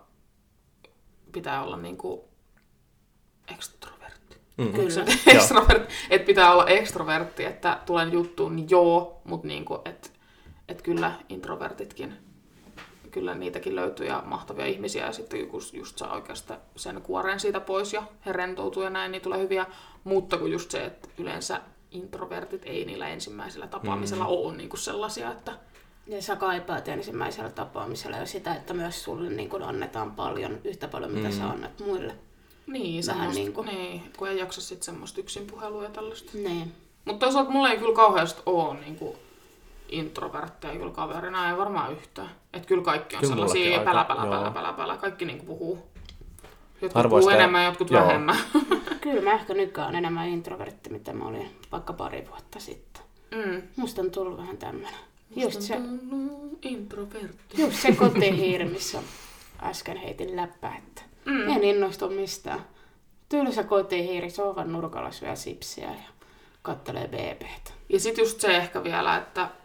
pitää olla niinku ekstrovertti. Mm-hmm. Kyllä. Extrovertti, että pitää olla ekstrovertti, että tulen juttuun, niin joo, mutta niinku, että et kyllä introvertitkin, kyllä niitäkin löytyy ja mahtavia ihmisiä, ja sitten kun just saa oikeastaan sen kuoren siitä pois ja he rentoutuu ja näin, niin tulee hyviä, mutta kun just se, että yleensä introvertit ei niillä ensimmäisellä tapaamisella mm-hmm. ole niinku sellaisia, että...
Ja sä kaipaat ensimmäisellä tapaamisella jo sitä, että myös sulle niin kun annetaan paljon, yhtä paljon mitä mm-hmm. sä annat muille.
Niin, niin, kuin... niin, kun ei jaksa sitten semmoista yksin puhelua ja tällaista.
Niin.
Mutta toisaalta mulla ei kyllä kauheasti ole niin kuin introvertteja kyllä kaverina, ei varmaan yhtään. Että kyllä kaikki on kyllä sellaisia pälä, pälä, pälä, pälä, pälä, kaikki niin kuin puhuu. Jotkut Harvoista puhuu enemmän, jotkut joo. vähemmän.
Kyllä mä ehkä nykyään on enemmän introvertti, mitä mä olin vaikka pari vuotta sitten. Mm. Musta on tullut vähän tämmönen. Just se,
introvertti.
Just se kotihiiri, missä äsken heitin läppää, että mm. en innostu mistään. Tylsä kotihiiri, sohvan nurkalla syö sipsiä ja kattelee B B:tä.
Ja sit just se ehkä vielä, että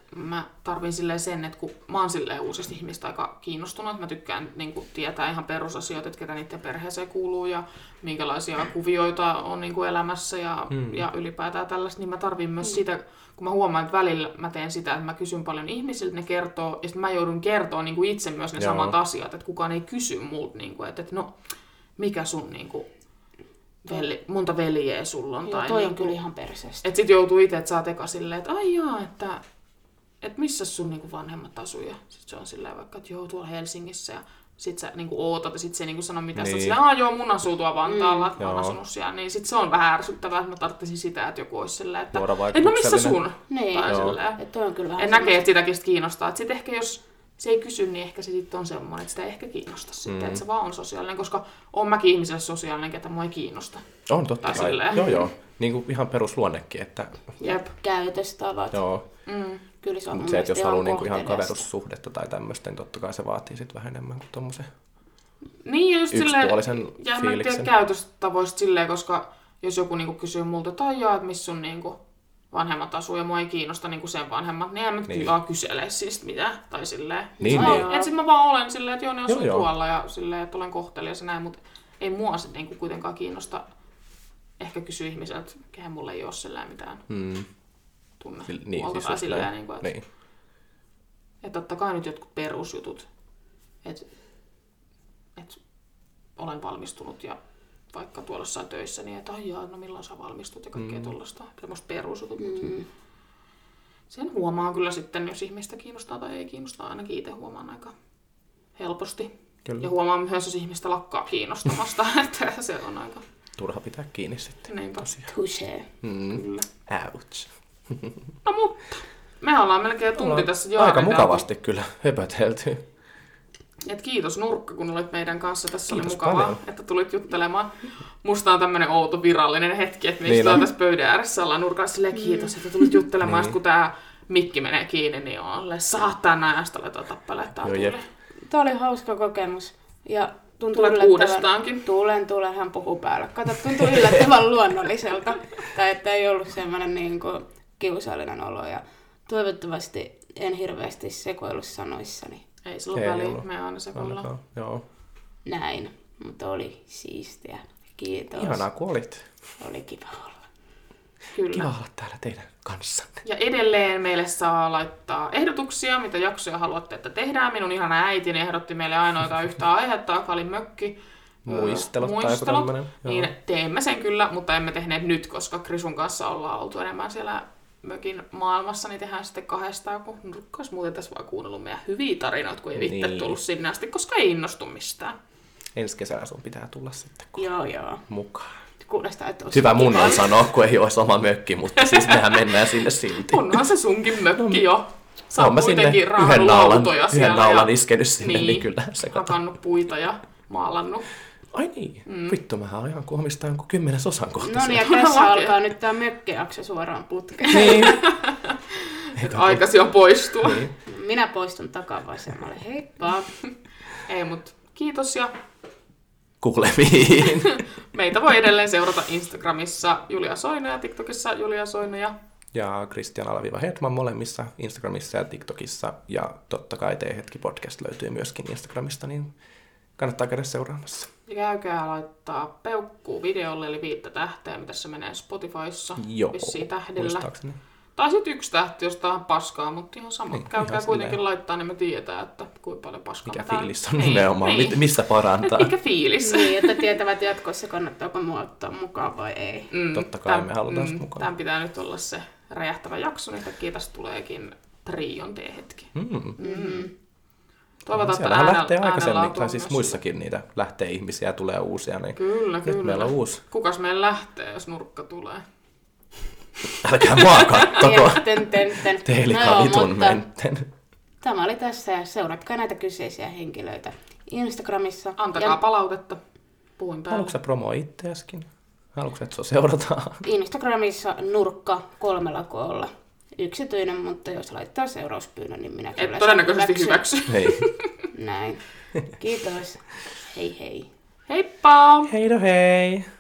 mä tarvin silleen sen, että kun mä oon silleen uusista ihmistä aika kiinnostunut, että mä tykkään niin kuin, tietää ihan perusasioita, että ketä niiden perheeseen kuuluu ja minkälaisia kuvioita on niin kuin elämässä ja, mm. ja ylipäätään tällaista, niin mä tarvin myös mm. sitä, kun mä huomaan, että välillä mä teen sitä, että mä kysyn paljon ihmisiltä, ne kertoo, ja sitten mä joudun kertoa niin kuin itse myös ne Joo. samat asiat, että kukaan ei kysy multa, niin kuin, että, että no, mikä sun niin kuin, veli, monta veljeä sulla on.
Joo,
tai
toi
niin
on
kuin,
kyllä ihan perseestä.
että sit joutuu itse, että saa teka silleen, että ai jaa, että että missä sun niinku vanhemmat asuu ja sit se on silleen vaikka, että joo tuolla Helsingissä ja sit sä niinku ootat ja sit se ei niinku sano mitään. Niin. Sä silleen, aah joo mun asuu tuolla Vantaalla, mm. mä oon asunut siellä. Niin sit se on vähän ärsyttävää, että mä tarttisin sitä, että joku olisi silleen, että et no missä sun?
Niin.
Tai silleen.
Et toi on kyllä vähän
et näkee, että sitäkin sit kiinnostaa. Et sit ehkä jos se ei kysy, niin ehkä se sitten on semmoinen, että sitä ei ehkä kiinnosta sitten, mm. että se vaan on sosiaalinen, koska on mäkin ihmiselle sosiaalinen, ketä mua ei kiinnosta.
On totta kai, joo joo, niin kuin ihan perusluonnekin, että
Jep.
käytöstavat.
Joo.
Mm. Kyllä se on
Mutta se, että jos haluaa niinku ihan kaverussuhdetta tai tämmöistä, niin totta kai se vaatii sit vähän enemmän kuin tommosen
niin, ja just
yksipuolisen
ja
fiiliksen.
Ja käytöstavoista silleen, koska jos joku niinku kysyy multa, että aijaa, että missä sun niinku vanhemmat asuu ja mua ei kiinnosta niinku sen vanhemmat, niin en mä niin. kyllä kysele siis mitään. Tai silleen.
Niin,
niin.
niin.
Et sit mä vaan olen silleen, että joo, ne asuu
joo,
tuolla ja silleen, että olen kohtelias ja näin, mutta ei mua sit niinku kuitenkaan kiinnosta ehkä kysyä ihmiseltä, kehen mulle ei oo silleen mitään
Hmm.
tunne.
Niin,
Huolta
siis
tai silleen, niin
kuin,
että
niin.
et totta kai nyt jotkut perusjutut, että et olen valmistunut ja vaikka tuolla jossain töissä, niin että aijaa, no milloin sä valmistut ja kaikkea mm. tuollaista, semmoista perusjutut. Mm. Sen huomaa kyllä sitten, jos ihmistä kiinnostaa tai ei kiinnostaa, ainakin itse huomaan aika helposti. Kyllä. Ja huomaan myös, jos ihmistä lakkaa kiinnostamasta, että se on aika
turha pitää kiinni sitten.
Niinpä.
Touché.
Mm.
Kyllä.
Ouch.
No mutta, me ollaan melkein tunti ollaan tässä jo.
Aika mukavasti kyllä höpötelty.
Et kiitos Nurkka, kun olit meidän kanssa. Tässä
kiitos
oli mukavaa,
paljon.
että tulit juttelemaan. Musta on tämmönen outo virallinen hetki, että me
niin
istutaan tässä pöydän ääressä, ollaan Nurkalla silleen kiitos, että tulit juttelemaan. niin. Kun tää mikki menee kiinni, niin on saatana ja sitten aletaan tappelemaan tää tuli.
Tämä oli hauska kokemus. Ja tuntuu
Tulet
yllättävän...
uudestaankin.
Tulen, tulen, hän puhuu päällä. Kato, tuntuu yllättävän luonnolliselta. Tai että ei ollut semmoinen niin kuin kiusallinen olo. Ja toivottavasti en hirveästi sekoillut sanoissani.
Ei sillä ole väliä, me aina sekoillaan.
Joo.
Näin, mutta oli siistiä. Kiitos.
Ihanaa, kun olit.
Oli kiva olla.
Kyllä.
Kiva olla täällä teidän kanssanne.
Ja edelleen meille saa laittaa ehdotuksia, mitä jaksoja haluatte, että tehdään. Minun ihana äitini ehdotti meille ainoita yhtä aihetta, joka oli mökki.
Muistelut,
Muistelut.
tai joku tämmönen.
Niin teemme sen kyllä, mutta emme tehneet nyt, koska Krisun kanssa ollaan oltu enemmän siellä mökin maailmassa, niin tehdään sitten kahdestaan, kun Nurkka olisi muuten tässä vaan kuunnellut meidän hyviä tarinoita, kun ei niin. itse tullut sinne asti, koska ei innostu mistään.
Ensi kesänä sun pitää tulla sitten
joo, joo.
mukaan.
Kuulostaa, että
hyvä mun on sanoa, kun ei olisi oma mökki, mutta siis mehän mennään sinne silti.
Onhan se sunkin mökki jo. Sä
oot kuitenkin raahannut lautoja siellä. Yhden naulan iskenyt sinne, niin, niin kyllä se kato.
Hakannut puita ja maalannut.
Ai niin, mm. vittu, mähän on ihan kuin omistaa jonkun kymmenesosan kohta.
No niin, ja tässä alkaa nyt tää mökkijakso suoraan putkeen.
Niin.
Aikasi on poistua.
Niin.
Minä poistun takavasemmalle, heippa.
Ei, mut kiitos ja
kuulemiin.
Meitä voi edelleen seurata Instagramissa Julia Soino ja TikTokissa Julia Soino ja
ja Kristian Alaviva Hedman molemmissa Instagramissa ja TikTokissa. Ja totta kai T-hetki podcast löytyy myöskin Instagramista, niin kannattaa käydä seuraamassa.
Ja käykää laittaa peukkuu videolle, eli viittä tähteä, mitä se menee Spotifyssa.
Joo,
vissiin tähdillä.
muistaakseni.
Tai sitten yksi tähti, jos tää on paskaa, mutta ihan sama.
Niin,
käykää
ihan
kuitenkin
silleen.
laittaa, niin me tiedetään, että kuinka paljon paskaa.
Mikä
täällä.
fiilis on nimenomaan, niin. mistä parantaa.
Mikä fiilis?
Niin, että tietävät jatkossa, kannattaako mua ottaa mukaan vai ei.
Mm, Totta kai tämän, me halutaan mm, sitä mukaan.
Tämän pitää nyt olla se räjähtävä jakso, niin takia tästä tuleekin trion T-hetki.
Mm.
Mm. Toivotaan, että
äänellä, lähtee
äänellä
aikaisemmin, tai siis muissakin niitä lähtee ihmisiä ja tulee uusia. Niin
kyllä, kyllä.
Meillä on uusi.
Kukas meillä lähtee, jos Nurkka tulee?
Älkää mua kattoko. Teilikaa
no,
vitun menten.
Tämä oli tässä ja seuratkaa näitä kyseisiä henkilöitä Instagramissa.
Antakaa ja palautetta. Puhuin päälle.
Haluatko sä promoa itseäskin? Haluatko että sua seurataan?
Instagramissa Nurkka kolmella koolla. Yksityinen, mutta jos laittaa seurauspyynnön, niin minä kyllä
et todennäköisesti hyväksy.
Hei.
Näin. Kiitos. Hei hei.
Heippa!
Heido hei!